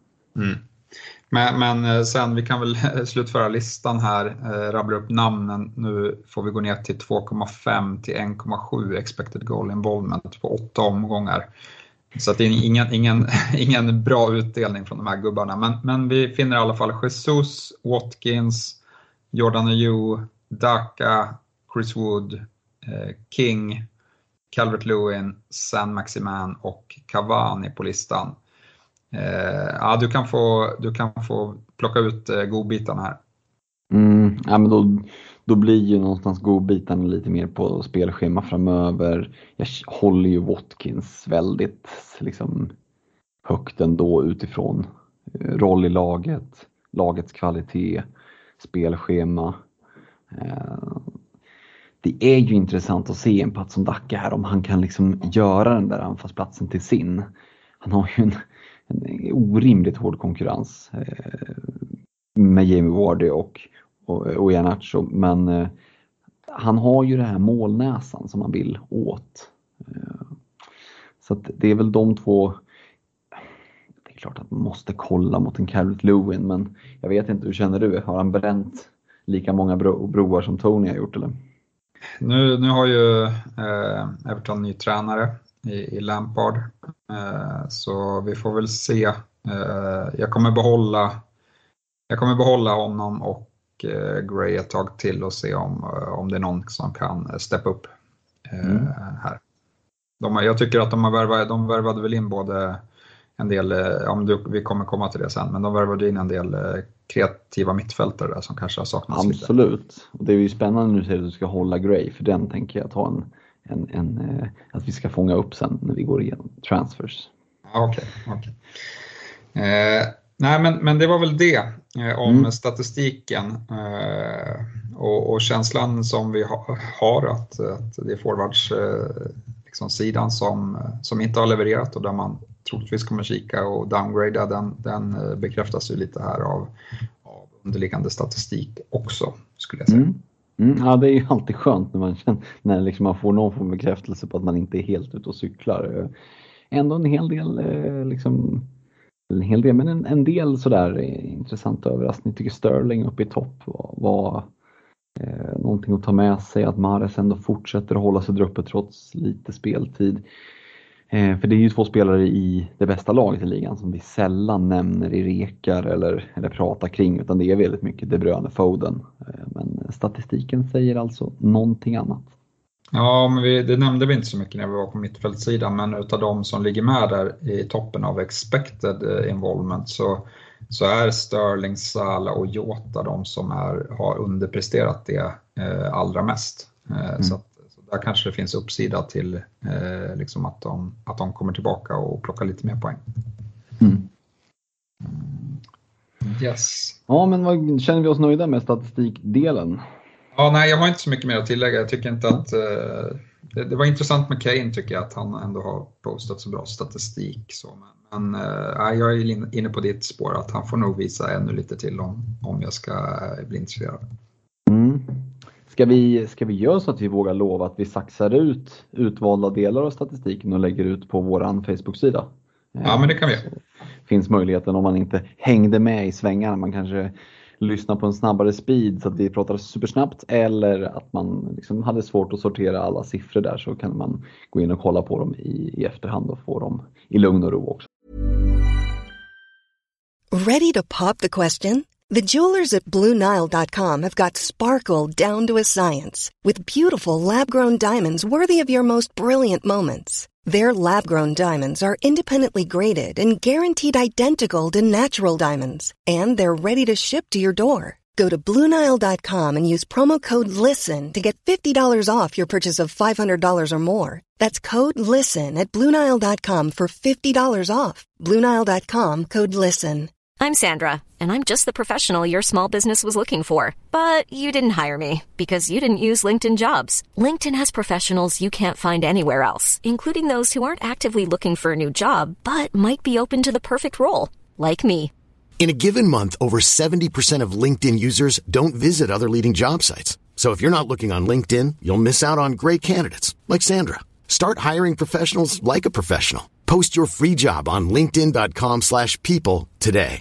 S3: Men sen, vi kan väl slutföra listan här, rabbla upp namnen. Nu får vi gå ner till 2,5 till 1,7 expected goal involvement på 8 omgångar. Så att det är ingen bra utdelning från de här gubbarna. Men vi finner i alla fall Jesus, Watkins, Jordan Ayew, Daka, Chris Wood, King, Calvert-Lewin, San Maximan och Cavani på listan. Du kan få plocka ut godbitarna här.
S2: Men då blir ju någonstans godbitarna lite mer på spelschema framöver. Jag håller ju Watkins väldigt liksom högt ändå utifrån roll i lagets kvalitet, spelschema. Det är ju intressant att se en Patson Daka här, om han kan liksom göra den där anfallsplatsen till sin. Han har ju en orimligt hård konkurrens med Jamie Vardy och Iheanacho, men han har ju det här målnäsan som man vill åt. Så att det är väl de två. Det är klart att man måste kolla mot en Calvert-Lewin, men jag vet inte, hur känner du? Har han bränt lika många broar som Tony har gjort, eller?
S3: Nu har ju Everton ny tränare i Lampard, så vi får väl se. Jag kommer behålla honom och Gray ett tag till och se om det är någon som kan steppa upp här. Jag tycker att de värvade väl in både en del, vi kommer komma till det sen, men de värvade in en del kreativa mittfältare där som kanske har saknats lite.
S2: Absolut, och det är ju spännande nu att du ska hålla Gray, för den tänker jag ta att vi ska fånga upp sen när vi går igenom transfers.
S3: Okej. Nej, men det var väl det om statistiken och känslan som vi har att det är forwards liksom sidan som inte har levererat och där man troligtvis kommer kika och downgrada, den bekräftas ju lite här av underliggande statistik också, skulle jag säga.
S2: Ja, det är ju alltid skönt när liksom man får någon form av bekräftelse på att man inte är helt ute och cyklar. Ändå en hel del, men en del sådär intressant överraskning. Tycker Sterling uppe i topp var någonting att ta med sig, att Mahrez ändå fortsätter att hålla sig där uppe trots lite speltid. För det är ju 2 spelare i det bästa laget i ligan som vi sällan nämner i rekar eller pratar kring, utan det är väldigt mycket De Bruyne, Foden. Men statistiken säger alltså någonting annat.
S3: Ja, men det nämnde vi inte så mycket när vi var på mittfältssidan, men utav de som ligger med där i toppen av expected involvement så är Sterling, Salah och Jota de som har underpresterat det allra mest. Så där kanske det finns uppsida till liksom att de kommer tillbaka och plockar lite mer poäng. Yes.
S2: Ja, men känner vi oss nöjda med statistikdelen?
S3: Ja, nej, jag har inte så mycket mer att tillägga. Jag tycker inte att det var intressant med Kane, tycker jag, att han ändå har postat så bra statistik. Men jag är inne på ditt spår att han får nog visa ännu lite till om jag ska bli intresserad.
S2: Ska vi göra så att vi vågar lova att vi saxar ut utvalda delar av statistiken och lägger ut på våran Facebook-sida?
S3: Ja, men det kan vi.
S2: Finns möjligheten, om man inte hängde med i svängarna, man kanske lyssnar på en snabbare speed så att vi pratar supersnabbt, eller att man liksom hade svårt att sortera alla siffror där, så kan man gå in och kolla på dem i efterhand och få dem i lugn och ro också.
S6: Ready to pop the question? The jewelers at BlueNile.com have got sparkle down to a science with beautiful lab-grown diamonds worthy of your most brilliant moments. Their lab-grown diamonds are independently graded and guaranteed identical to natural diamonds, and they're ready to ship to your door. Go to BlueNile.com and use promo code LISTEN to get $50 off your purchase of $500 or more. That's code LISTEN at BlueNile.com for $50 off. BlueNile.com, code LISTEN.
S4: I'm Sandra, and I'm just the professional your small business was looking for. But you didn't hire me because you didn't use LinkedIn Jobs. LinkedIn has professionals you can't find anywhere else, including those who aren't actively looking for a new job, but might be open to the perfect role, like me.
S5: In a given month, over 70% of LinkedIn users don't visit other leading job sites. So if you're not looking on LinkedIn, you'll miss out on great candidates like Sandra. Start hiring professionals like a professional. Post your free job on linkedin.com/people today.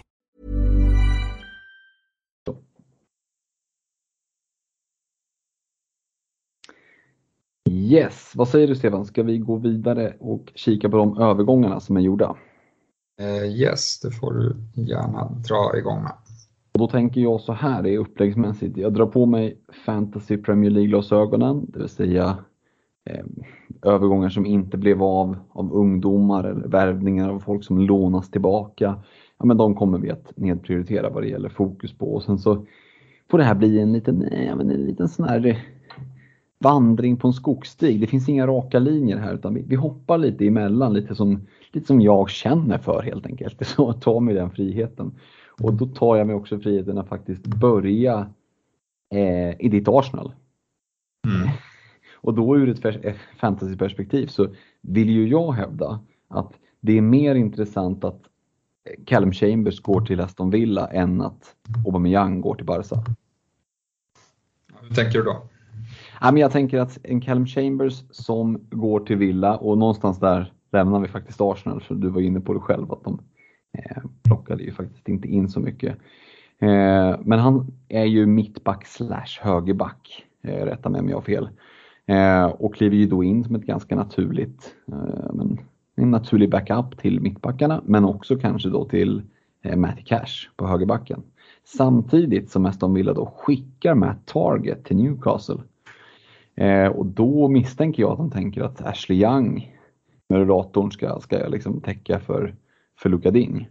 S2: Yes, vad säger du Stefan? Ska vi gå vidare och kika på de övergångarna som är gjorda?
S3: Yes, det får du gärna dra igång med.
S2: Och då tänker jag så här, det är uppläggsmässigt. Jag drar på mig Fantasy Premier League-glasögonen, det vill säga övergångar som inte blev av ungdomar eller värvningar av folk som lånas tillbaka. Ja, men de kommer vi att nedprioritera vad det gäller fokus på. Och sen så får det här bli en liten sån här vandring på en skogsstig. Det finns inga raka linjer här, utan vi hoppar lite emellan, lite som jag känner för helt enkelt. Så tar mig den friheten. Och då tar jag mig också friheten att faktiskt börja i ditt Arsenal.
S3: Mm.
S2: Och då ur ett fantasyperspektiv så vill ju jag hävda att det är mer intressant att Callum Chambers går till Aston Villa än att Aubameyang går till Barca.
S3: Hur tänker du då?
S2: Ja, men jag tänker att en Callum Chambers som går till Villa, och någonstans där lämnar vi faktiskt Arsenal, för du var inne på det själv att de plockade ju faktiskt inte in så mycket. Men han är ju mittback / högerback, rätta mig om jag har fel. Och kliver ju då in som ett ganska naturligt, en naturlig backup till mittbackarna, men också kanske då till Matty Cash på högerbacken. Samtidigt som Aston Villa då skickar Matt Target till Newcastle. Och då misstänker jag att de tänker att Ashley Young med datorn ska liksom täcka för Luka Ding.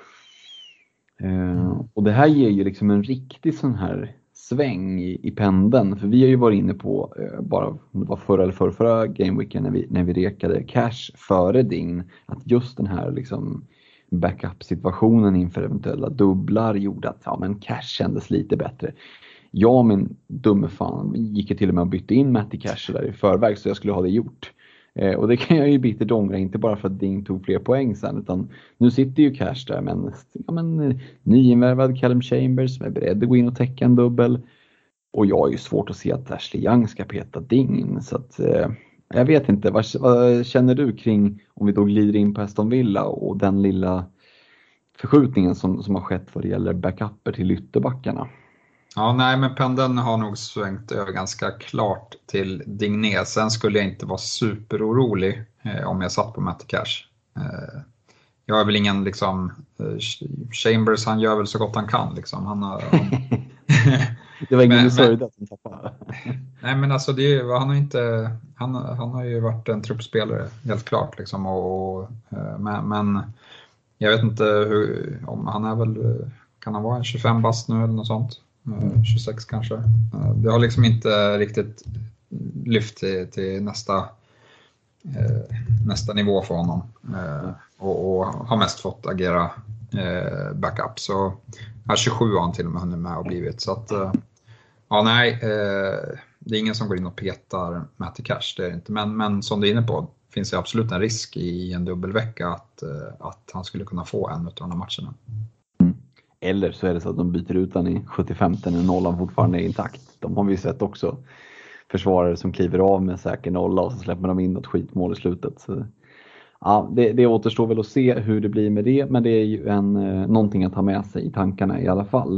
S2: Och det här ger ju liksom en riktig sån här sväng i pendeln. För vi har ju varit inne på bara det var förra eller förra gameweeken när vi rekade Cash före Ding, att just den här liksom backup-situationen inför eventuella dubblar gjorde att men Cash kändes lite bättre. Jag, min dumme fan, gick ju till och med och bytte in Matty Cash där i förväg, så jag skulle ha det gjort. Och det kan jag ju bittert ångra, inte bara för att Ding tog fler poäng sen, utan nu sitter ju Cash där men nyinvärvad Callum Chambers som är beredd att gå in och täcka en dubbel. Och jag är ju svårt att se att Ashley Young ska peta Ding, så att jag vet inte, vad känner du kring om vi då glider in på Aston Villa och den lilla förskjutningen som har skett vad det gäller backuper till ytterbackarna?
S3: Ja, nej, men pendeln har nog svängt över ganska klart till Digné. Sen skulle jag inte vara superorolig om jag satt på Matty Cash. Jag är väl ingen liksom Chambers, han gör väl så gott han kan liksom.
S2: Det var ingen sorg att han tappade.
S3: Nej, men alltså han har ju varit en truppspelare helt klart liksom, men jag vet inte om han är väl, kan han vara en 25 bast nu eller något sånt. 26 kanske. Det har liksom inte riktigt lyft till nästa nivå för honom. Och har mest fått agera backup. Så här 27 har han till och med hunnit med och blivit. Så att, det är ingen som går in och petar Matty Cash, det är det inte. Men som du är inne på, finns det absolut en risk i en dubbelvecka att han skulle kunna få en av de här matcherna.
S2: Eller så är det så att de byter ut den i 75 när nollan fortfarande är intakt. De har vi sett också. Försvarare som kliver av med säker nolla och så släpper de in något skitmål i slutet. Så, ja, det återstår väl att se hur det blir med det. Men det är ju någonting att ha med sig i tankarna i alla fall.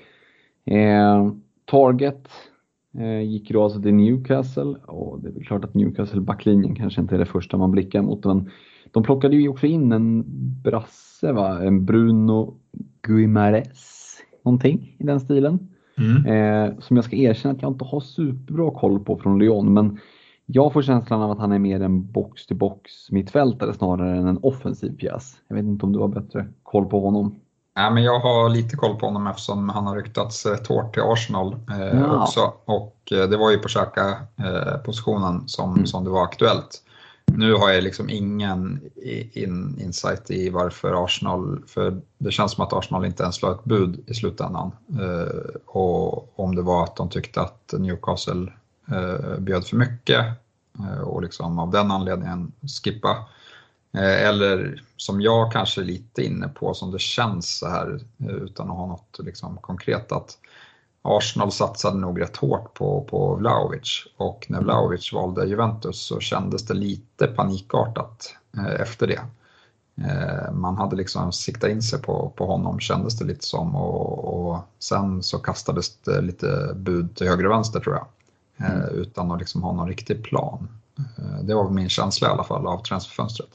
S2: Target gick då alltså till Newcastle. Och det är väl klart att Newcastle backlinjen kanske inte är det första man blickar mot. Men de plockade ju också in en brasse, en Bruno Guimaraes. någonting i den stilen. Som jag ska erkänna att jag inte har superbra koll på från Lyon, men jag får känslan av att han är mer en box-to-box mittfältare snarare än en offensiv pjäs. Jag vet inte om du har bättre koll på honom.
S3: Ja, men jag har lite koll på honom eftersom han har ryktats rätt hårt till Arsenal också. Och det var ju på Xhaka-positionen som det var aktuellt. Nu har jag liksom ingen insight i varför Arsenal, för det känns som att Arsenal inte ens la ett bud i slutändan. Och om det var att de tyckte att Newcastle bjöd för mycket och liksom av den anledningen skippa. Eller som jag kanske är lite inne på, som det känns så här utan att ha något liksom konkret, att Arsenal satsade nog rätt hårt på Vlahovic, och när Vlahovic valde Juventus så kändes det lite panikartat efter det. Man hade liksom siktat in sig på honom, kändes det lite som, och sen så kastades det lite bud till höger och vänster tror jag, utan att liksom ha någon riktig plan. Det var min känsla i alla fall av transferfönstret.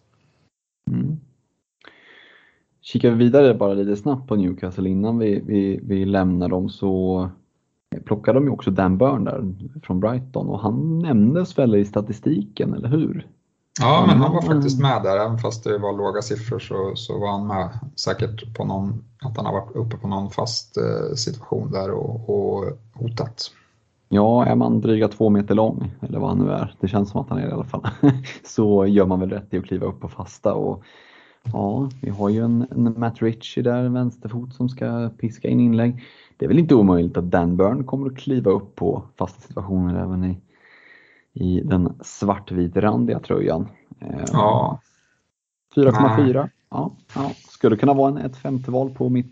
S2: Kikar vi vidare bara lite snabbt på Newcastle innan vi lämnar dem, så plockade de ju också Dan Burn där från Brighton, och han nämndes väl i statistiken, eller hur?
S3: Ja, men han var faktiskt med där, även fast det var låga siffror så var han med, säkert på någon, att han har varit uppe på någon fast situation där och hotat.
S2: Ja, är man dryga 2 meter lång, eller vad han nu är, det känns som att han är i alla fall, så gör man väl rätt i att kliva upp på fasta. Och ja, vi har ju en Matt Ritchie där, en vänsterfot som ska piska in inlägg. Det är väl inte omöjligt att Dan Burn kommer att kliva upp på fasta situationer även i den svartvit-randiga tröjan.
S3: Ja.
S2: 4,4. Ja. Skulle kunna vara ett femte val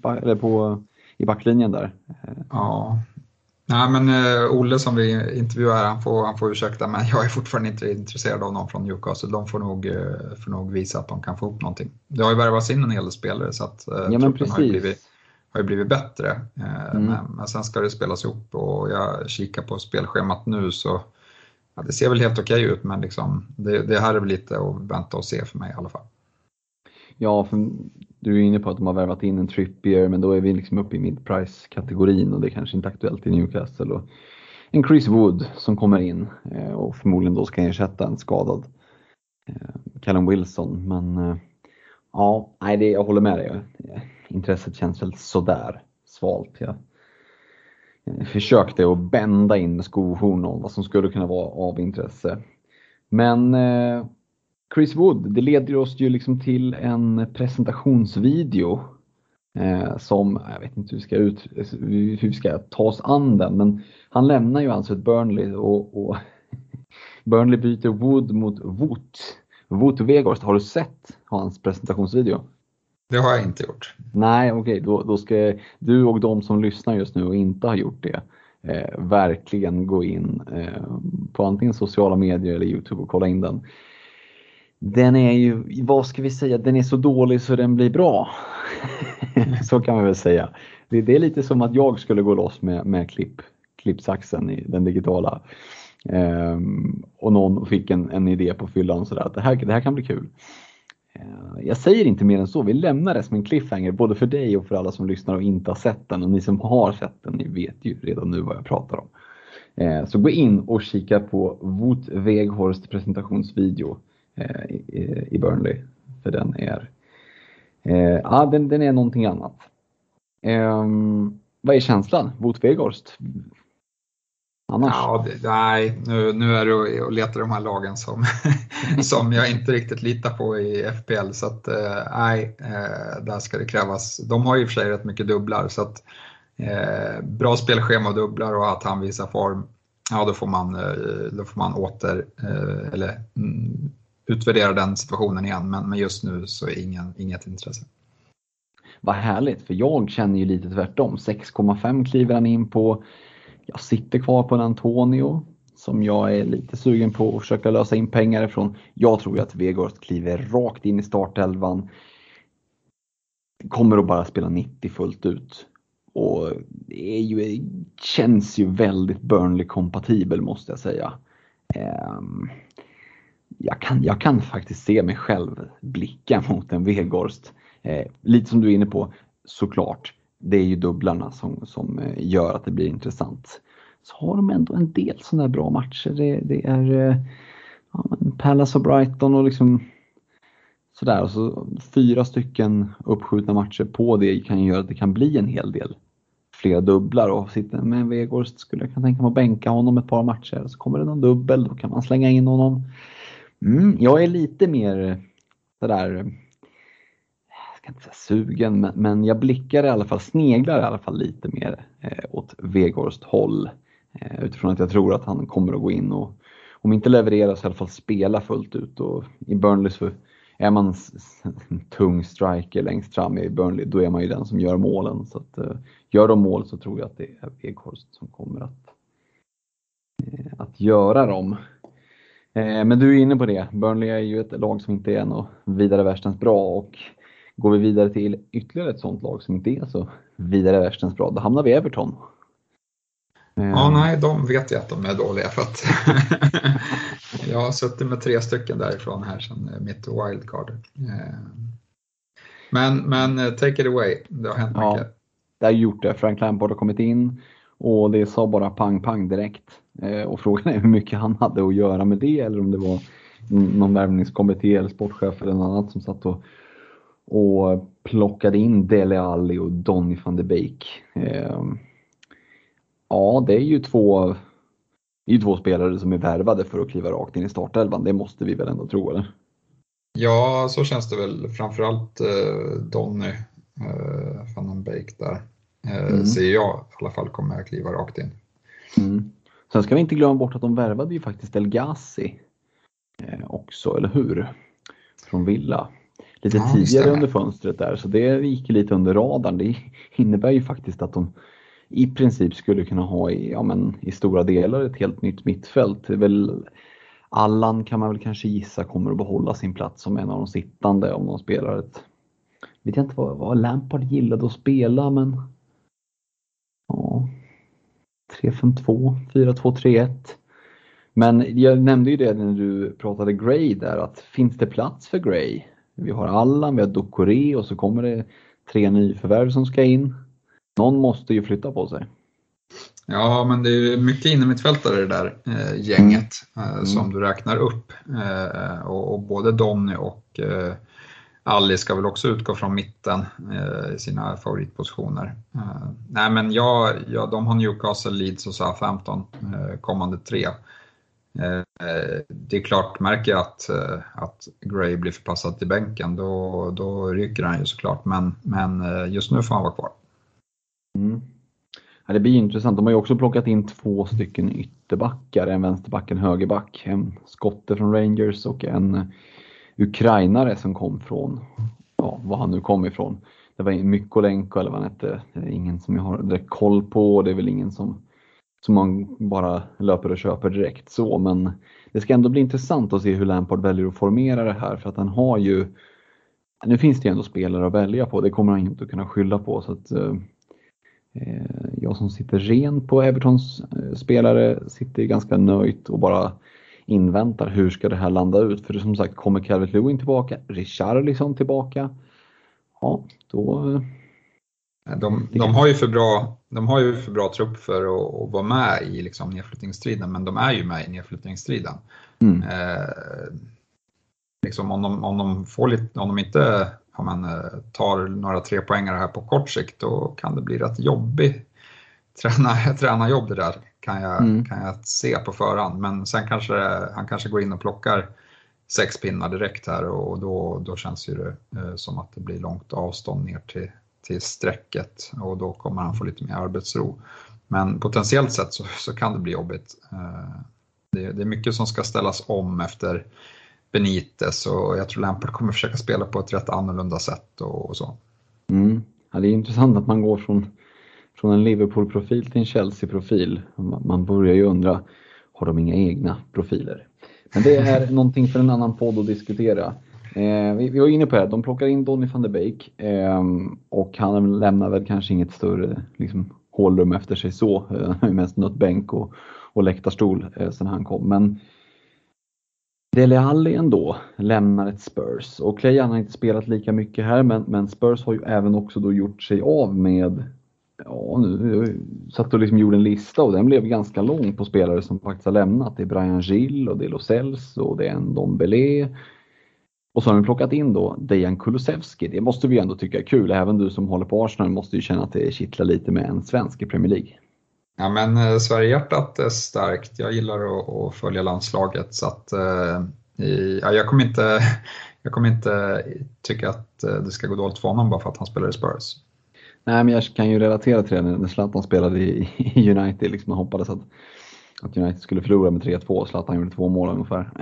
S2: i backlinjen där. Ja.
S3: Nej, men Olle som vi intervjuar, han får ursäkta, men jag är fortfarande inte intresserad av någon från Newcastle. De får nog visa att de kan få upp någonting. Det har ju värvats in en hel del spelare, så att truppen har ju blivit bättre. Men sen ska det spelas ihop, och jag kikar på spelschemat nu, så ja, det ser väl helt okej ut, men liksom, det här är väl lite att vänta och se för mig i alla fall.
S2: Ja, för du är inne på att de har värvat in en Trippier, men då är vi liksom uppe i mid-price-kategorin, och det är kanske inte aktuellt i Newcastle. Och en Chris Wood som kommer in och förmodligen då ska ersätta en skadad Callum Wilson. Men ja, jag håller med dig. Intresset känns väl sådär svalt. Jag försökte att bända in med skohorn om vad som skulle kunna vara av intresse. Men Chris Wood, det leder oss ju liksom till en presentationsvideo som, jag vet inte hur vi ska ta oss an den, men han lämnar ju alltså ett Burnley och Burnley byter Wood mot Wout Weghorst. Har du sett hans presentationsvideo?
S3: Det har jag inte gjort.
S2: Nej, okej. Då ska du och de som lyssnar just nu och inte har gjort det verkligen gå in på antingen sociala medier eller YouTube och kolla in den. Den är ju, vad ska vi säga, den är så dålig så den blir bra. Så kan man väl säga. Det är lite som att jag skulle gå loss med klippsaxen i den digitala. Och någon fick en idé på fyllan sådär att det här kan bli kul. Jag säger inte mer än så. Vi lämnar det som en cliffhanger både för dig och för alla som lyssnar och inte har sett den. Och ni som har sett den, ni vet ju redan nu vad jag pratar om. Så gå in och kika på Wout Weghorst presentationsvideo i Burnley. För den är den är någonting annat. Vad är känslan? Wout Weghorst? Annars?
S3: Ja, nu är det att leta de här lagen som jag inte riktigt litar på i FPL, så att där ska det krävas. De har ju i och för sig rätt mycket dubblar, så att bra spelschema och dubblar, och att han visar form, ja då får man utvärdera den situationen igen, men just nu så är inget intresse.
S2: Vad härligt, för jag känner ju lite tvärtom. 6,5 kliver han in på. Jag sitter kvar på en Antonio som jag är lite sugen på att försöka lösa in pengar ifrån. Jag tror att Weghorst kliver rakt in i startelvan. Kommer att bara spela 90 fullt ut. Och det känns ju väldigt Burnley-kompatibel, måste jag säga. Jag kan faktiskt se mig själv blicka mot en Weghorst. Lite som du är inne på, såklart. det är ju dubblarna som gör att det blir intressant. Så har de ändå en del sådana här bra matcher. Det är Palace och Brighton och liksom sådär. Och så 4 stycken uppskjutna matcher på det kan göra att det kan bli en hel del fler dubblar. Och sitta med Weghorst skulle jag kunna tänka mig att bänka honom ett par matcher. Så kommer det någon dubbel, då kan man slänga in honom. Jag är lite mer sådär, jag ska inte säga sugen, men jag blickar i alla fall, sneglar i alla fall lite mer åt Weghorst håll. Utifrån att jag tror att han kommer att gå in och om inte leverera så i alla fall spela fullt ut. Och i Burnley så är man en tung striker längst fram i Burnley, då är man ju den som gör målen. Så att, gör de mål så tror jag att det är Weghorst som kommer att göra dem. Men du är inne på det. Burnley är ju ett lag som inte är något vidare värstens bra, och går vi vidare till ytterligare ett sånt lag som inte är så vidare värstens bra, då hamnar vi Everton.
S3: Ja, nej, de vet jag att de är dåliga för att jag har suttit med 3 stycken därifrån här sedan mitt wildcard. Men take it away, det har hänt mycket.
S2: Det har gjort det. Frank Lampard har kommit in och det sa bara pang direkt. Och frågan är hur mycket han hade att göra med det, eller om det var någon värvningskommitté eller sportchef eller något annat som satt och plockade in Dele Alli och Donny van de Beek. Ja, det är ju två spelare som är värvade för att kliva rakt in i startelvan. Det måste vi väl ändå tro, eller?
S3: Ja, så känns det väl. Framförallt Donny van den Beek där. Ser jag i alla fall kommer att kliva rakt in.
S2: Sen ska vi inte glömma bort att de värvade ju faktiskt El Ghazi också, eller hur? Från Villa. Lite tidigare under fönstret där, så det gick lite under radarn. Det innebär ju faktiskt att de i princip skulle kunna ha i stora delar ett helt nytt mittfält. Det är väl, Allan kan man väl kanske gissa kommer att behålla sin plats som en av de sittande om de spelar ett. Vet jag inte vad Lampard gillade att spela, men ja, 3-5-2, 4-2-3-1. Men jag nämnde ju det när du pratade Gray där, att finns det plats för Gray? Vi har Allan, vi har Doucouré och så kommer det 3 nyförvärv som ska in. Någon måste ju flytta på sig.
S3: Ja, men det är ju mycket innermittfältare det där gänget som du räknar upp. Och både Donny och Ali ska väl också utgå från mitten i sina favoritpositioner. Nej, men de har Newcastle, Leeds och Southampton kommande 3. Det är klart, märker jag att Gray blir förpassad till bänken, då rycker han ju såklart. Men just nu får han vara kvar.
S2: Ja, det blir intressant. De har ju också plockat in 2 stycken ytterbackar. En vänsterback, en högerback. En skotte från Rangers och en ukrainare som kom från, var han nu kom ifrån. Det var Mykolenko eller vad han hette. Det är ingen som jag har direkt koll på. Det är väl ingen som man bara löper och köper direkt så. Men det ska ändå bli intressant att se hur Lampard väljer att formera det här. För att han har ju, nu finns det ju ändå spelare att välja på. Det kommer han inte att kunna skylla på. Så att jag som sitter ren på Evertons spelare sitter ganska nöjt och bara inväntar hur ska det här landa ut. För som sagt, kommer Calvert-Lewin tillbaka, Richarlison tillbaka. Ja, då.
S3: De har ju för bra trupp för att vara med i liksom nedflyttningsstriden, men de är ju med i nedflyttningsstriden. Liksom om de får lite, om de inte tar några 3-poängare här på kort sikt, då kan det bli rätt jobbigt tränarjobb det där, kan jag se på förhand. Men sen han kanske går in och plockar 6 pinnar direkt här, och då känns ju det som att det blir långt avstånd ner till strecket, och då kommer han få lite mer arbetsro. Men potentiellt sett så kan det bli jobbigt. Det är mycket som ska ställas om efter Benitez, och jag tror Lampard kommer försöka spela på ett rätt annorlunda sätt och så.
S2: Ja, det är intressant att man går från en Liverpool-profil till en Chelsea-profil. Man börjar ju undra, har de inga egna profiler? Men det är någonting för en annan podd att diskutera. Vi var inne på det, de plockar in Donny van de Beek och han lämnar väl kanske inget större liksom, hålrum efter sig så. Han har ju mest nött bänk och läktarstol sedan han kom. Men Dele Alli ändå lämnar ett Spurs. Och Clay har inte spelat lika mycket här, men Spurs har ju även också då gjort sig av med, ja, nu satt och liksom gjorde en lista och den blev ganska lång på spelare som faktiskt har lämnat. Det är Brian Gill och det är Lo Celso och det är en Dombele. Och så har vi plockat in då Dejan Kulusevski. Det måste vi ändå tycka är kul. Även du som håller på Arsenal måste ju känna att det kittlar lite med en svensk i Premier League.
S3: Ja, men Sverigehjärtat är starkt. Jag gillar att följa landslaget, så att jag kommer inte tycka att det ska gå dåligt för honom bara för att han spelar i Spurs.
S2: Nej, men jag kan ju relatera till det när Zlatan spelade i United. Liksom, man hoppades att United skulle förlora med 3-2. Zlatan gjorde 2 mål ungefär.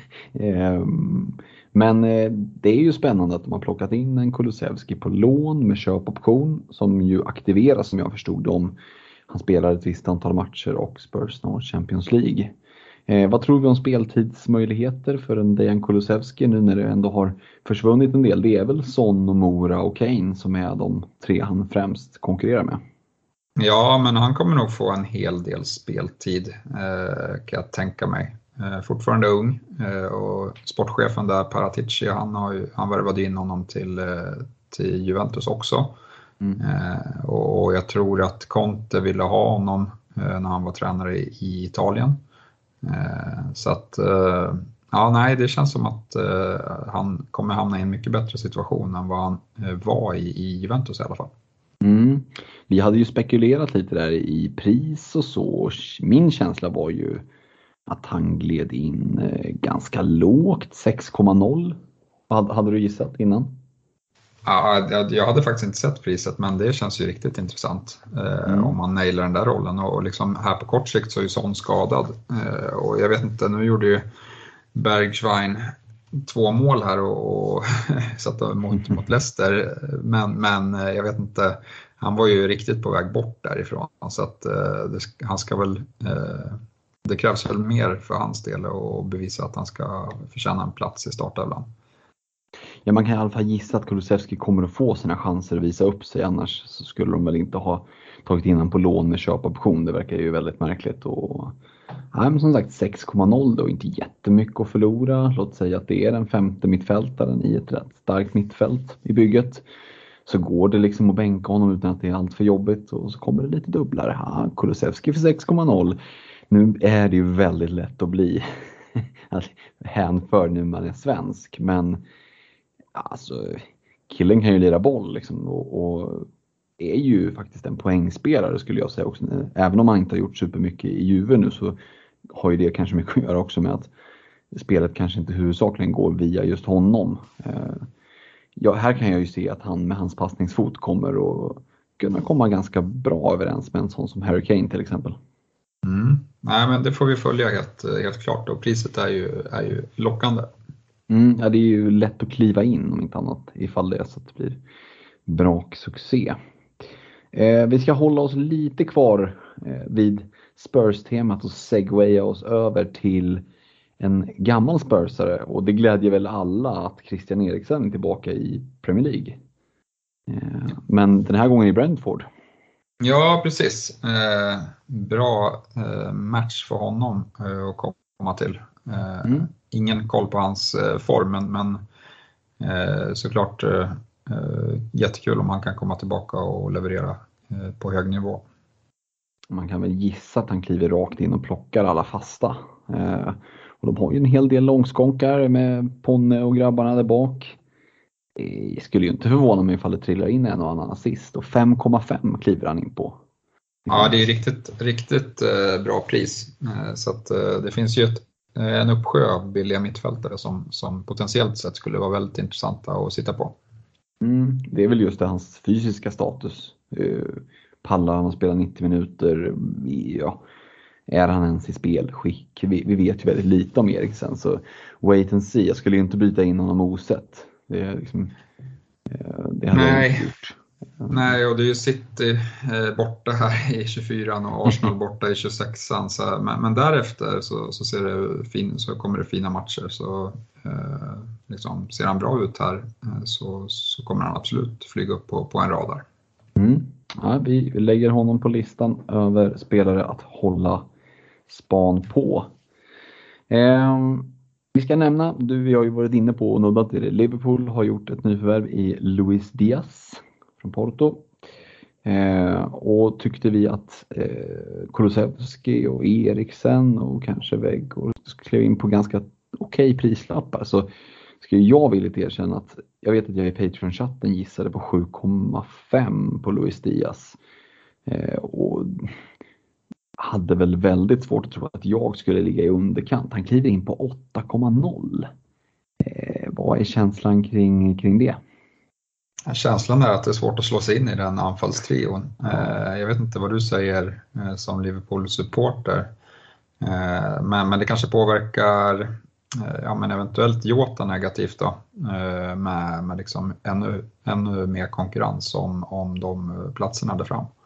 S2: Men det är ju spännande att de har plockat in en Kulusevski på lån med köpoption som ju aktiveras, som jag förstod, om han spelar ett visst antal matcher och Spurs når Champions League. Vad tror vi om speltidsmöjligheter för en Dejan Kulusevski nu när det ändå har försvunnit en del? Det är väl Son och Mora och Kane som är de 3 han främst konkurrerar med.
S3: Ja, men han kommer nog få en hel del speltid, kan jag tänka mig. Fortfarande ung, och sportchefen där, Paratici, han värvade in honom till Juventus också. Och jag tror att Conte ville ha honom när han var tränare i Italien. Så att det känns som att han kommer hamna i en mycket bättre situation än vad han var i Juventus i alla fall.
S2: Vi hade ju spekulerat lite där i pris och så. Min känsla var ju att han gled in ganska lågt, 6,0. Hade du gissat innan?
S3: Ja, jag hade faktiskt inte sett priset, men det känns ju riktigt intressant om man nailar den där rollen. Och liksom här på kort sikt så är ju Son skadad. Och jag vet inte, nu gjorde ju Bergwijn 2 mål här och satt mot Leicester. Men jag vet inte, han var ju riktigt på väg bort därifrån. Så att han ska väl... Det krävs väl mer för hans del att bevisa att han ska förtjäna en plats i startelvan.
S2: Ja, man kan i alla fall gissa att Kulusevski kommer att få sina chanser att visa upp sig. Annars så skulle de väl inte ha tagit in honom på lån med köpoption. Det verkar ju väldigt märkligt. Och, men som sagt 6,0 då, inte jättemycket att förlora. Låt säga att det är den 5:e mittfältaren i ett rätt starkt mittfält i bygget. Så går det liksom att bänka honom utan att det är allt för jobbigt. Och så kommer det lite dubblare. Kulusevski för 6,0. Nu är det ju väldigt lätt att bli hänförd när man är svensk. Men alltså, killen kan ju lira boll liksom, och är ju faktiskt en poängspelare skulle jag säga också. Även om han inte har gjort supermycket i Juve nu så har ju det kanske mycket att göra också med att spelet kanske inte huvudsakligen går via just honom. Här kan jag ju se att han med hans passningsfot kommer att kunna komma ganska bra överens med en sån som Harry Kane till exempel.
S3: Nej, men det får vi följa helt klart, och priset är ju lockande.
S2: Ja, det är ju lätt att kliva in om inte annat ifall det är så att det blir braksuccé. Vi ska hålla oss lite kvar vid Spurs-temat och segwaya oss över till en gammal Spursare, och det glädjer väl alla att Christian Eriksen är tillbaka i Premier League. Men den här gången i Brentford.
S3: Ja, precis. Bra match för honom att komma till. Ingen koll på hans form, men såklart jättekul om han kan komma tillbaka och leverera på hög nivå.
S2: Man kan väl gissa att han kliver rakt in och plockar alla fasta. Och de har ju en hel del långskånkar med Ponne och grabbarna där bak. Det skulle ju inte förvåna mig ifall det trillar in en och annan assist. Och 5,5 kliver han in på.
S3: Ja, det är riktigt bra pris. Så att det finns ju en uppsjö av billiga mittfältare som potentiellt sett skulle vara väldigt intressanta att sitta på.
S2: Det är väl just det, hans fysiska status. Pallar han att spela 90 minuter? Ja. Är han ens i spelskick? Vi vet ju väldigt lite om Eriksen, så wait and see. Jag skulle ju inte byta in honom osett. Det är liksom, det hade jag inte gjort.
S3: Nej, och det är ju City borta här i 24 och Arsenal borta i 26. Men därefter så kommer det fina matcher. Så liksom, ser han bra ut här så kommer han absolut flyga upp på en radar.
S2: Ja, vi lägger honom på listan över spelare att hålla span på. Vi ska nämna, vi har ju varit inne på och nuddat till det. Liverpool har gjort ett nyförvärv i Luis Diaz från Porto. Och tyckte vi att Kulusevski och Eriksen och kanske Weghorst klev in på ganska okej prislappar, så ska jag villigt erkänna att jag vet att jag i Patreon-chatten gissade på 7,5 på Luis Diaz. Och hade väl väldigt svårt att tro att jag skulle ligga i underkant. Han kliver in på 8,0. Vad är känslan kring det?
S3: Känslan är att det är svårt att slå sig in i den anfallstrion. Jag vet inte vad du säger som Liverpool-supporter. Men det kanske påverkar men eventuellt Jota negativt då. Med liksom ännu mer konkurrens om de platserna där fram.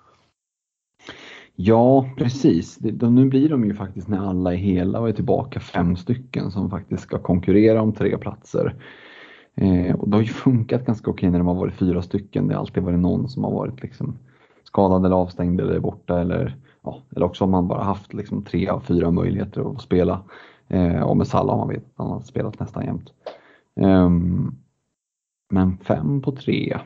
S2: Ja, precis. Nu blir de ju faktiskt, när alla är hela och är tillbaka, 5 stycken som faktiskt ska konkurrera om 3 platser. Och det har ju funkat ganska okej när de har varit 4 stycken. Det har alltid varit någon som har varit liksom skadad eller avstängd eller borta. Eller också har man bara haft liksom 3 av 4 möjligheter att spela. Och med Salah har man vet att han har spelat nästan jämt. Men 5 på 3.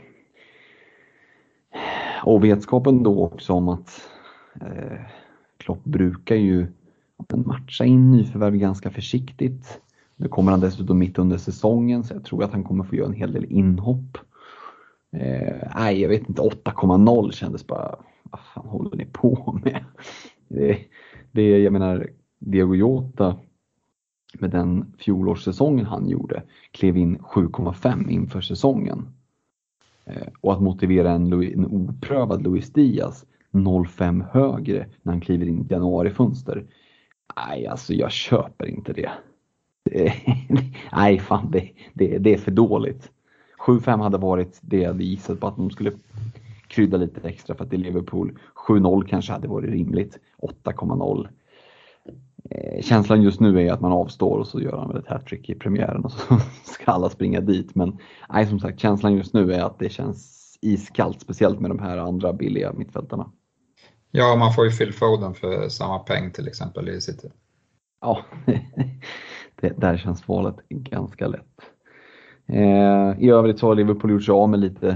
S2: Och vetskapen då också om att Klopp brukar ju matcha in nyförvärv ganska försiktigt. Nu kommer han dessutom mitt under säsongen, så jag tror att han kommer få göra en hel del inhopp. Jag vet inte, 8,0 kändes bara, vad fan håller ni på med? Jag menar, Diego Jota med den fjolårssäsongen han gjorde klev in 7,5 inför säsongen. Och att motivera en oprövad Luis Diaz 0,5 högre när han kliver in i januarifönster. Alltså jag köper inte det. Det är för dåligt. 7,5 hade varit det jag hade gissat på att de skulle krydda lite extra för att det är Liverpool. 7,0 kanske hade varit rimligt. 8,0. Känslan just nu är att man avstår och så gör han väl ett hattrick i premiären och så ska alla springa dit. Men som sagt, känslan just nu är att det känns iskallt, speciellt med de här andra billiga mittfältarna.
S3: Ja, man får ju Phil Foden för samma peng till exempel i City.
S2: Ja, där känns valet ganska lätt. I övrigt så har Liverpool gjort sig av med lite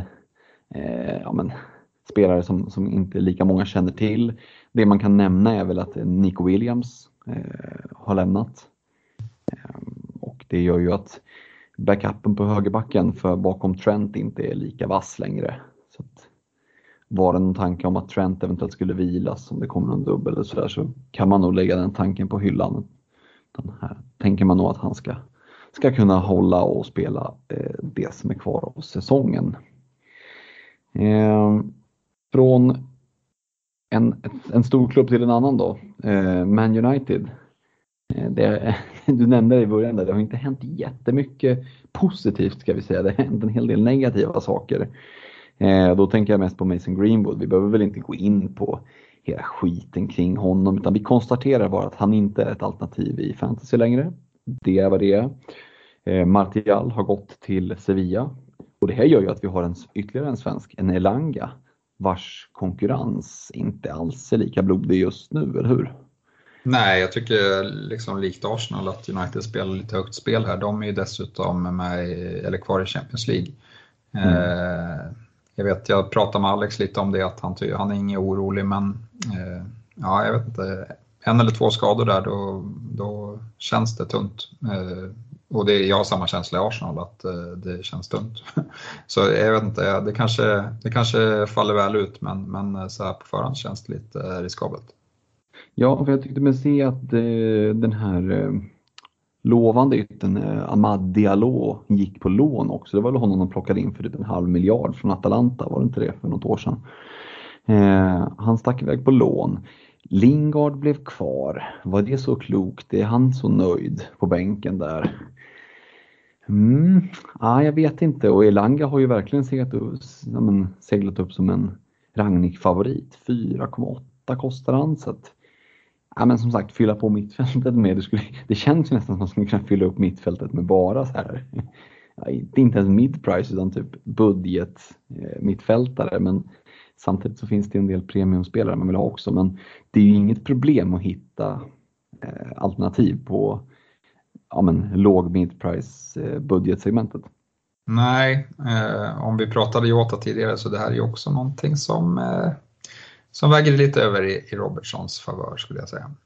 S2: spelare som inte lika många känner till. Det man kan nämna är väl att Nico Williams har lämnat. Och det gör ju att backupen på högerbacken för bakom Trent inte är lika vass längre. Så att var det någon tanke om att Trent eventuellt skulle vilas om det kommer någon dubbel eller sådär, så kan man nog lägga den tanken på hyllan. Den här tänker man nog att han ska kunna hålla och spela det som är kvar av säsongen. Från en stor klubb till en annan då, Man United. Du nämnde det i början där, det har inte hänt jättemycket positivt, ska vi säga. Det har hänt en hel del negativa saker. Då tänker jag mest på Mason Greenwood. Vi behöver väl inte gå in på hela skiten kring honom, utan vi konstaterar bara att han inte är ett alternativ i fantasy längre. Det är vad det är. Martial har gått till Sevilla. Och det här gör ju att vi har ytterligare en svensk, en Elanga, vars konkurrens inte alls är lika blodig just nu, eller hur?
S3: Nej, jag tycker liksom likt Arsenal att United spelar lite högt spel här. De är ju dessutom med kvar i Champions League. Jag pratade med Alex lite om det, att han är ingen orolig, men jag vet inte, 1 eller 2 skador där, då känns det tunt. Och jag har samma känsla i Arsenal, att det känns tunt. Så jag vet inte, det kanske faller väl ut, men så här på förhand känns det lite riskabelt. Ja,
S2: för jag tyckte mig se att den här lovande ytten Amad Diallo gick på lån också. Det var väl honom de plockade in för typ 500 miljoner från Atalanta, var det inte det, för något år sedan. Han stack iväg på lån. Lingard blev kvar. Var det så klokt? Är han så nöjd på bänken där? Jag vet inte. Och Elanga har ju verkligen seglat upp som en Rangnick-favorit. 4,8 kostar han. Så att, men som sagt, fylla på mittfältet med. Det känns nästan som att man skulle kunna fylla upp mittfältet med bara så här. Inte ens mid-price, utan typ budget mittfältare. Men samtidigt så finns det en del premiumspelare man vill ha också. Men det är ju inget problem att hitta alternativ på låg mid-price budgetsegmentet.
S3: Nej, om vi pratade Jota tidigare så det här är ju också någonting som väger lite över i Robertsons favör skulle jag säga.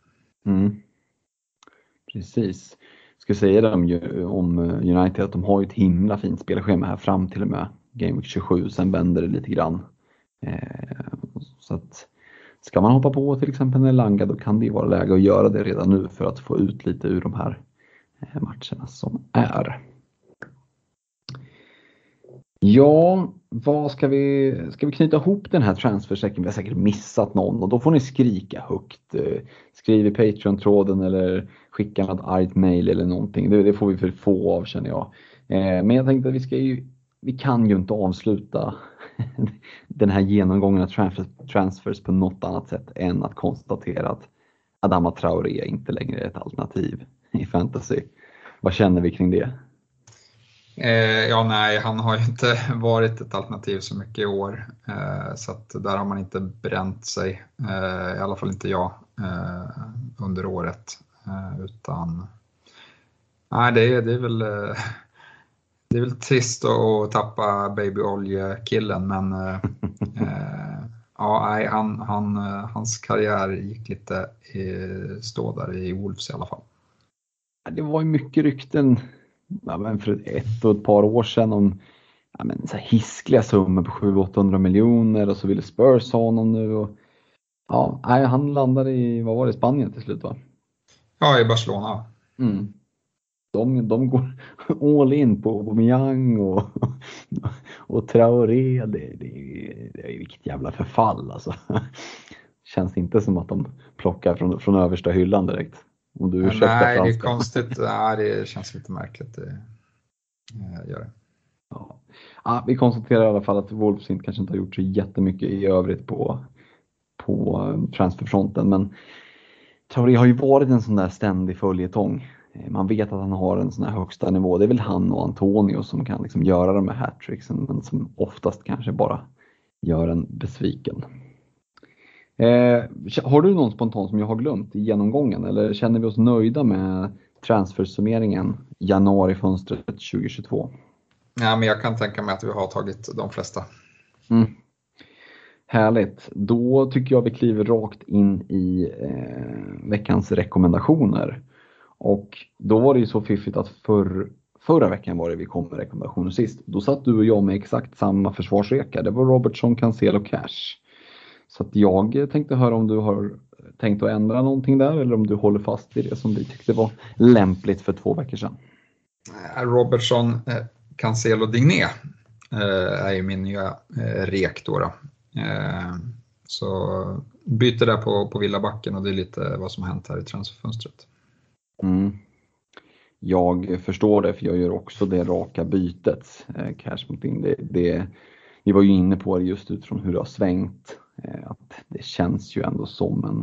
S2: Precis. Ska säga det om United att de har ju ett himla fint spelschema här fram till och med Game Week 27, sen vänder det lite grann. Så att ska man hoppa på till exempel Elanga, då kan det ju vara läge att göra det redan nu för att få ut lite ur de här matcherna som är. Ja, vad ska vi knyta ihop den här transfersäcken? Vi har säkert missat någon och då får ni skrika högt. Skriv i Patreon-tråden eller skicka något argt mail eller någonting. Det får vi för få av, känner jag. Men jag tänkte att vi kan ju inte avsluta den här genomgången av transfers på något annat sätt än att konstatera att Adama Traoré inte längre är ett alternativ i fantasy. Vad känner vi kring det?
S3: Han har ju inte varit ett alternativ så mycket i år. Så att där har man inte bränt sig. I alla fall inte jag under året. Utan det är väl trist att tappa babyolje-killen, men hans karriär gick lite stå där i Wolves i alla fall.
S2: Det var ju mycket rykten för ett par år sedan om så här hiskliga summor på 700-800 miljoner och så ville Spurs ha honom nu. Och, han landade i, vad var det, Spanien till slut va?
S3: Ja, i Barcelona.
S2: De går all in på Aubameyang och Traoré. Det är vilket jävla förfall alltså. Känns inte som att de plockar från översta hyllan direkt. Om du
S3: nej, det är konstigt. Det känns lite märkligt. Det gör det.
S2: Ja, vi konstaterar i alla fall att Wolves kanske inte har gjort så jättemycket i övrigt på transferfronten. Men Traoré har ju varit en sån där ständig följetong. Man vet att han har en sån här högsta nivå. Det är väl han och Antonio som kan liksom göra de här hattricksen, men som oftast kanske bara gör en besviken. Har du någon spontan som jag har glömt i genomgången, eller känner vi oss nöjda med transfersummeringen januari-fönstret 2022?
S3: Ja, men jag kan tänka mig att vi har tagit de flesta.
S2: Härligt. Då tycker jag vi kliver rakt in i veckans rekommendationer. Och då var det ju så fiffigt att förra veckan var det vi kom med rekommendationer sist. Då satt du och jag med exakt samma försvarsrekar. Det var Robertson, Cancelo, Cash. Så att jag tänkte höra om du har tänkt att ändra någonting där eller om du håller fast vid det som vi tyckte var lämpligt för 2 veckor sedan.
S3: Robertson, Cancelo, Digné är ju min nya rek då. Så byter där på Villabacken och det är lite vad som har hänt här i transferfönstret.
S2: Jag förstår det, för jag gör också det raka bytet. Cash mot in. Vi var ju inne på det just utifrån hur det har svängt. Att det känns ju ändå som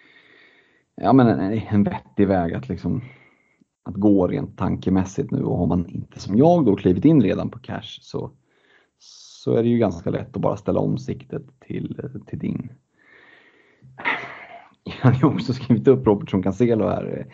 S2: en vettig väg att gå rent tankemässigt nu. Och har man inte som jag då klivit in redan på Cash så är det ju ganska lätt att bara ställa om siktet till din. Jag har ju också skrivit upp Robertson, Cancelo här.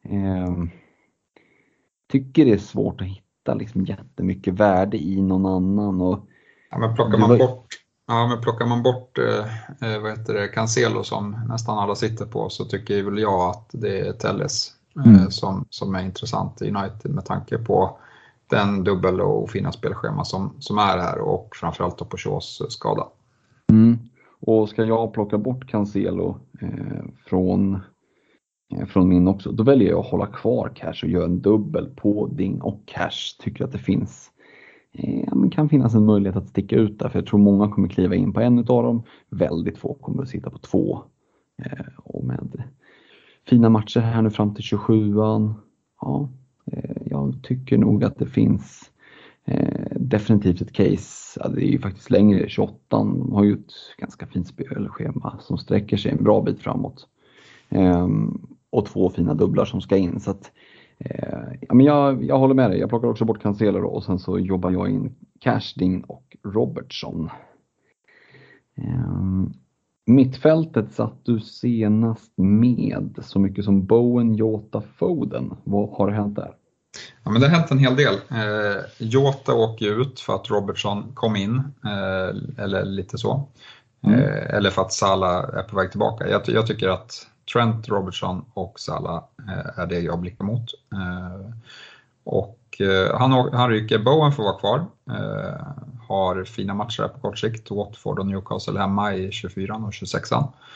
S2: Tycker det är svårt att hitta jättemycket värde i någon annan. Och
S3: men plockar man bort Cancelo som nästan alla sitter på, så tycker väl jag att det är Telles som är intressant i United med tanke på den dubbel och fina spelschema som är här och framförallt då på Shaws skada.
S2: Och ska jag plocka bort Cancelo från min också, då väljer jag att hålla kvar Cash och göra en dubbel på Ding och Cash. Tycker att det kan finnas en möjlighet att sticka ut där, för jag tror många kommer kliva in på en utav dem. Väldigt få kommer att sitta på 2. Och med fina matcher här nu fram till 27an. Jag tycker nog att det finns definitivt ett case. Det är ju faktiskt längre, 28an. De har ju ett ganska fint spelschema som sträcker sig en bra bit framåt. Och 2 fina dubblar som ska in. Så att jag håller med dig. Jag plockar också bort Cancelo och sen så jobbar jag in Cash, Ding och Robertson. Mittfältet satt du senast med så mycket som Bowen, Jota, Foden. Vad har det hänt där?
S3: Ja, men det har hänt en hel del. Jota åker ut för att Robertson kom in, eller lite så. Eller för att Salah är på väg tillbaka. Jag tycker att Trent, Robertson och Salah är det jag blickar mot. Och han ryker. Bowen får vara kvar. Har fina matcher på kort sikt. Watford och Newcastle hemma i 24 och 26.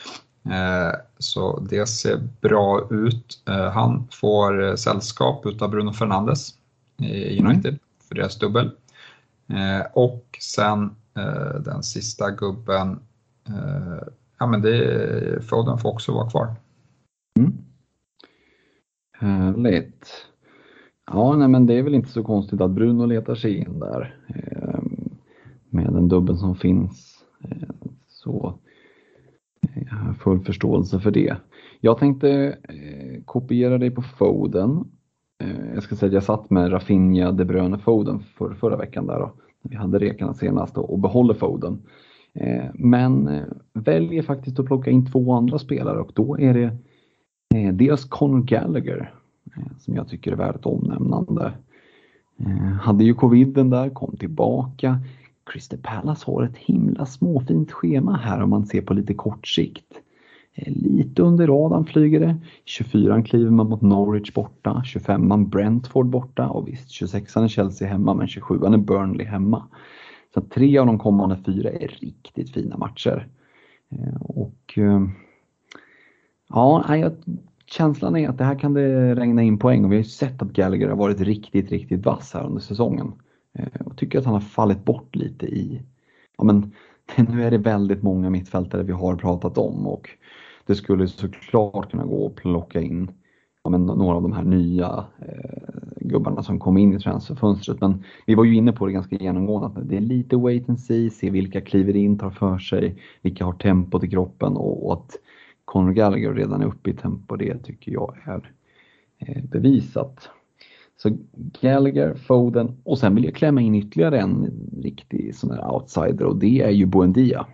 S3: Så det ser bra ut. Han får sällskap utav Bruno Fernandes i United för deras dubbel. Och sen den sista gubben, ja men Foden får också vara kvar.
S2: Härligt. Ja, nej, men det är väl inte så konstigt att Bruno letar sig in där med den dubben som finns. Så jag har full förståelse för det. Jag tänkte kopiera dig på Foden. Jag ska säga att jag satt med Rafinha, De Bruyne, Foden förra veckan där då. Vi hade rekarna senast och behåller Foden. Men väljer faktiskt att plocka in 2 andra spelare och då är det dels Conor Gallagher som jag tycker är värt omnämnande. Hade ju coviden där, kom tillbaka. Crystal Palace har ett himla småfint schema här om man ser på lite kort sikt. Lite under radarn flyger det. 24 kliver man mot Norwich borta, 25 Brentford borta och visst 26 är Chelsea hemma men 27 är Burnley hemma. Så 3 av de kommande 4 är riktigt fina matcher. Och ja, känslan är att det här kan det regna in poäng och vi har ju sett att Gallagher har varit riktigt, riktigt vass här under säsongen. Och tycker att han har fallit bort lite i, ja men nu är det väldigt många mittfältare vi har pratat om och det skulle såklart kunna gå att plocka in några av de här nya gubbarna som kom in i transferfönstret. Men vi var ju inne på det ganska genomgående att det är lite wait and se vilka kliver in, tar för sig, vilka har tempot i kroppen och att Conor Gallagher redan är uppe i tempo, det tycker jag är bevisat. Så Gallagher, Foden och sen vill jag klämma in ytterligare en riktig sån här outsider och det är ju Buendia.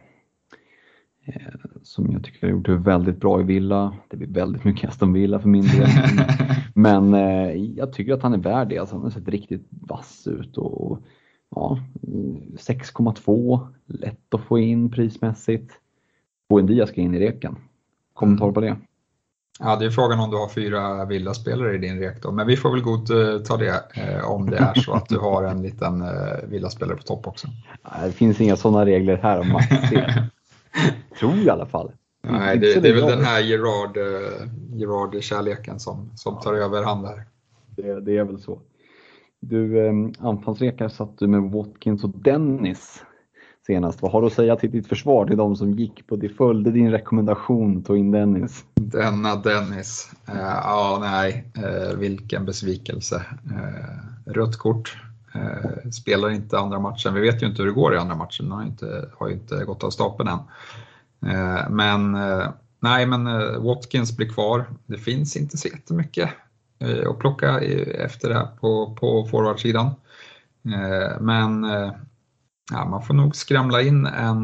S2: Som jag tycker har gjort det väldigt bra i Villa. Det blir väldigt mycket Aston Villa för min del. Men jag tycker att han är värd det. Alltså, han har sett riktigt vass ut. Och, ja, 6,2. Lätt att få in prismässigt. Buendia ska in i reken. Kommentar på det?
S3: Ja, det är frågan om du har 4 Villa-spelare i din rek då. Men vi får väl ta det om det är så att du har en liten Villa-spelare på topp också.
S2: Nej, det finns inga sådana regler här om man ser. Tror jag i alla fall.
S3: Nej, det är väl den här Gerard-kärleken som tar över hand här.
S2: Det är väl så. Du, anfallsrekar satt du med Watkins och Dennis senast. Vad har du att säga till ditt försvar till de som gick på det, följde din rekommendation att ta in Dennis?
S3: Denna Dennis. Vilken besvikelse. Rött kort. Spelar inte andra matchen. Vi vet ju inte hur det går i andra matchen. Han har ju inte gått av stapeln än. Men Watkins blir kvar. Det finns inte så jättemycket att plocka efter det här på forwardsidan. Men man får nog skramla in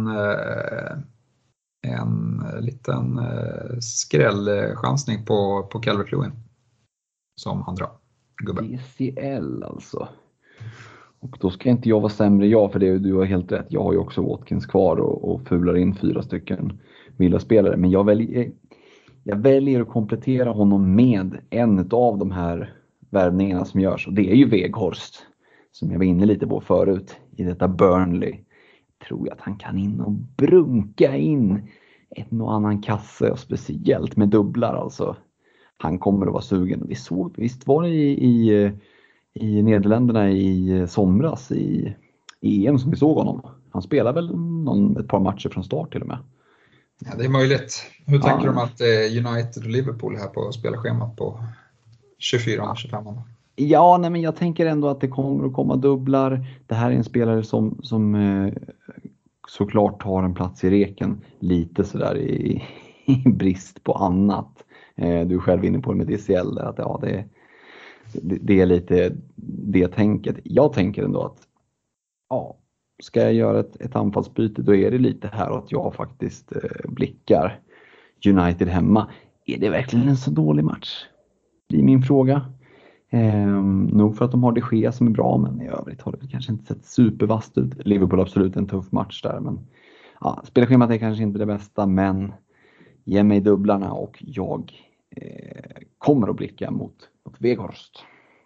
S3: en liten skrällchansning på Calvert-Lewin som andra gubbe.
S2: DCL alltså. Och då ska inte jag vara sämre för det, du har helt rätt. Jag har ju också Watkins kvar och fular in 4 stycken Villa-spelare. Men jag väljer att komplettera honom med en av de här värvningarna som görs. Och det är ju Weghorst, som jag var inne lite på förut i detta Burnley. Tror jag att han kan in och brunka in en och annan kasse, och speciellt med dubblar alltså. Han kommer att vara sugen. Visst var det i Nederländerna i somras i EM som vi såg honom. Han spelar väl ett par matcher från start till och med.
S3: Ja, det är möjligt. Hur tänker du om att United och Liverpool här på spelarschemat på 24 och 25?
S2: Ja, men jag tänker ändå att det kommer att komma dubblar. Det här är en spelare som såklart tar en plats i reken lite sådär i brist på annat. Du är själv inne på det med DCL att det är lite det tänket. Jag tänker ändå att ska jag göra ett anfallsbyte, då är det lite här att jag faktiskt blickar United hemma. Är det verkligen en så dålig match? Det är min fråga. Nog för att de har De Gea som är bra, men i övrigt har det kanske inte sett supervast ut. Liverpool absolut en tuff match där, men ja, spelschemat är kanske inte det bästa, men ge mig dubblarna och jag kommer att blicka mot Weghorst.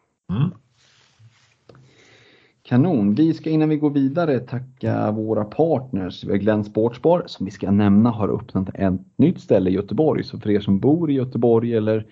S2: Kanon. Vi ska innan vi går vidare tacka våra partners. Vi har Glenn Sportsbar som vi ska nämna har öppnat ett nytt ställe i Göteborg. Så för er som bor i Göteborg eller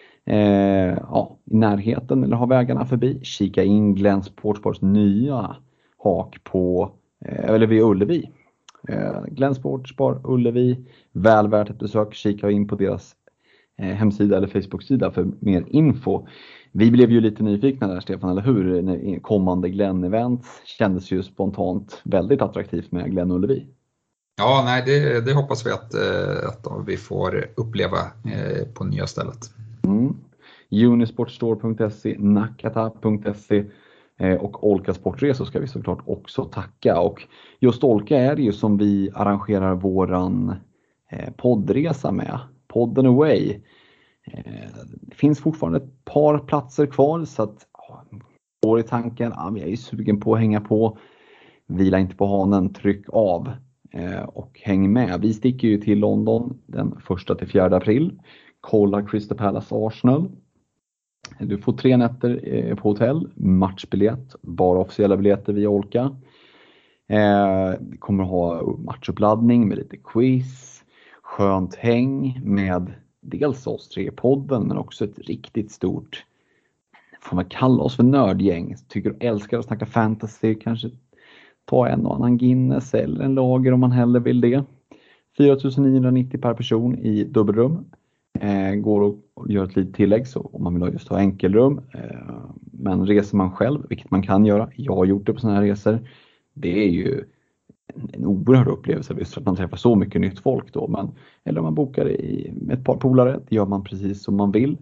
S2: i närheten eller har vägarna förbi, kika in Glenn Sportsbars nya hak på eller vid Ullevi. Glenn Sportsbar Ullevi, väl värt ett besök. Kika in på deras hemsida eller Facebook-sida för mer info. Vi blev ju lite nyfikna där, Stefan, eller hur? Kommande Glenn-event kändes ju spontant väldigt attraktivt med Glenn Ullevi.
S3: Ja, nej, det hoppas vi att vi får uppleva på nya stället.
S2: Unisportstore.se, nakata.se och Olka Sportresor ska vi såklart också tacka. Och just Olka är det ju som vi arrangerar våran poddresa med. Podden Away. Det finns fortfarande ett par platser kvar, så att går i tanken, jag är ju sugen på att hänga på. Vila inte på hanen, tryck av och häng med. Vi sticker ju till London den 1-4 april. Kolla Crystal Palace Arsenal. Du får 3 nätter på hotell, matchbiljett, bara officiella biljetter via Olka. Vi kommer ha matchuppladdning med lite quiz, skönt häng med dels oss 3 i podden, men också ett riktigt stort, får man kalla oss för nördgäng. Tycker du älskar att snacka fantasy, kanske ta en och annan Guinness eller en lager om man hellre vill det. 4 990 per person i dubbelrum. Går och gör ett litet tillägg så om man vill just ha enkelrum. Men reser man själv, vilket man kan göra, jag har gjort det på sådana här resor, det är ju en oerhörd upplevelse, visst, för att man träffar så mycket nytt folk då. Men, eller om man bokar med ett par polare, det gör man precis som man vill.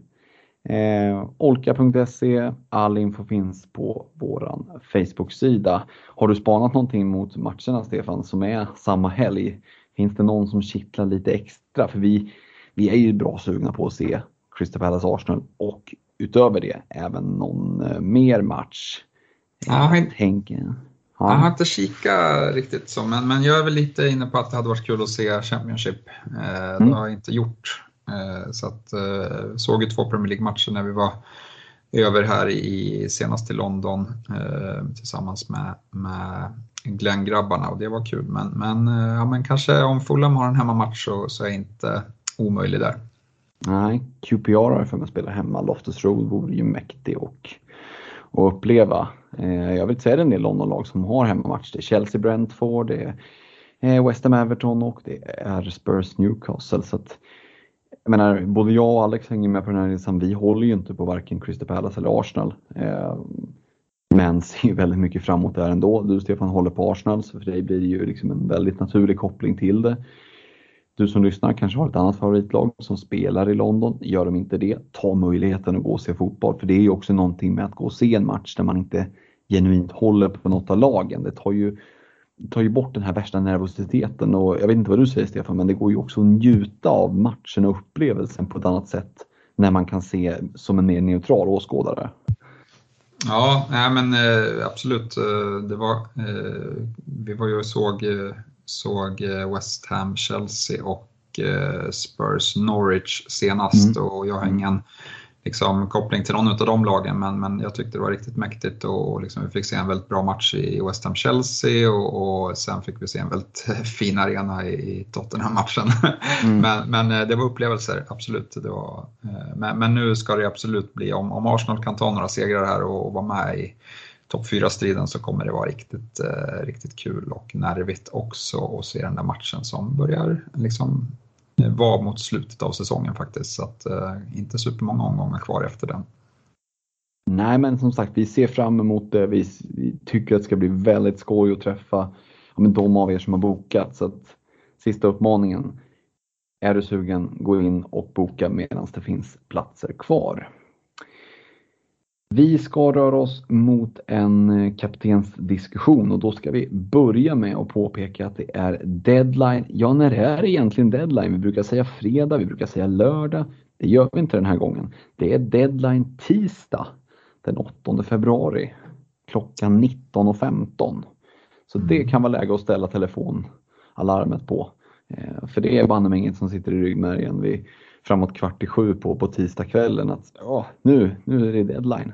S2: Olka.se, all info finns på våran Facebook-sida. Har du spanat någonting mot matcherna, Stefan, som är samma helg? Finns det någon som kittlar lite extra? För vi är ju bra sugna på att se Crystal Palace Arsenal och utöver det även någon mer match.
S3: Jag har inte kikat riktigt så, men jag är väl lite inne på att det hade varit kul att se Championship. Det har jag inte gjort. Så att såg ju 2 Premier League-matcher när vi var över här senast i London tillsammans med Glenn-grabbarna, och det var kul. Men kanske om Fulham har en hemmamatch så är jag inte omöjlig där. Nej,
S2: QPR har för mig att spela hemma. Loftus Road vore ju mäktig och uppleva. Jag vill säga det, en del London-lag som har hemmamatch. Det är Chelsea, Brentford, det är West Ham, Everton och det är Spurs, Newcastle. Så att, jag menar, både jag och Alex hänger med på den här resan. Vi håller ju inte på varken Crystal Palace eller Arsenal. Men ser väldigt mycket framåt där ändå. Du, Stefan, håller på Arsenal, så för dig blir det ju liksom en väldigt naturlig koppling till det. Du som lyssnar kanske har ett annat favoritlag som spelar i London. Gör de inte det, ta möjligheten att gå och se fotboll. För det är ju också någonting med att gå och se en match där man inte genuint håller på något av lagen. Det tar ju bort den här värsta nervositeten. Och jag vet inte vad du säger, Stefan, men det går ju också att njuta av matchen och upplevelsen på ett annat sätt när man kan se som en mer neutral åskådare.
S3: Ja, men absolut. Vi var ju och såg West Ham, Chelsea och Spurs Norwich senast, och jag har ingen koppling till någon av de lagen, men jag tyckte det var riktigt mäktigt, och vi fick se en väldigt bra match i West Ham Chelsea, och sen fick vi se en väldigt fin arena i Tottenham-matchen. Men det var upplevelser, absolut. Det var, men nu ska det absolut bli, om Arsenal kan ta några segrar här och vara med i topp 4-striden, så kommer det vara riktigt kul och nervigt också att se den där matchen som börjar var mot slutet av säsongen faktiskt, så att inte supermånga omgångar kvar efter den.
S2: Nej, men som sagt, vi ser fram emot det. Vi tycker att det ska bli väldigt skoj att träffa de av er som har bokat, så att sista uppmaningen, är du sugen, gå in och boka medan det finns platser kvar. Vi ska röra oss mot en kaptensdiskussion och då ska vi börja med att påpeka att det är deadline. Ja, när är det egentligen deadline? Vi brukar säga fredag, vi brukar säga lördag. Det gör vi inte den här gången. Det är deadline tisdag den 8 februari klockan 19.15. Så det kan vara läge att ställa telefonalarmet på. För det är banne inget som sitter i ryggmärgen vid framåt 6:15 på tisdagskvällen att nu är det deadline.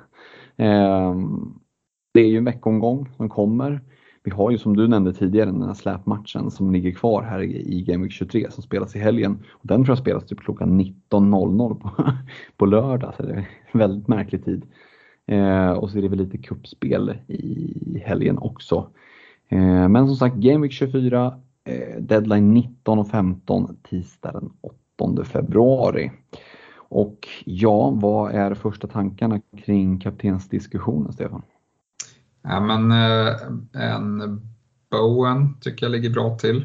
S2: Det är ju en veckomgång som kommer. Vi har ju som du nämnde tidigare den här släpmatchen som ligger kvar här i Game Week 23 som spelas i helgen. Och den tror jag spelas typ klockan 19.00 på lördag, så det är en väldigt märklig tid. Och så är det väl lite kuppspel i helgen också. Men som sagt, Game Week 24, deadline 19.15 tisdag den 8 februari. Och ja, vad är första tankarna kring kaptensdiskussionen, Stefan?
S3: Ja, men en Bowen tycker jag ligger bra till.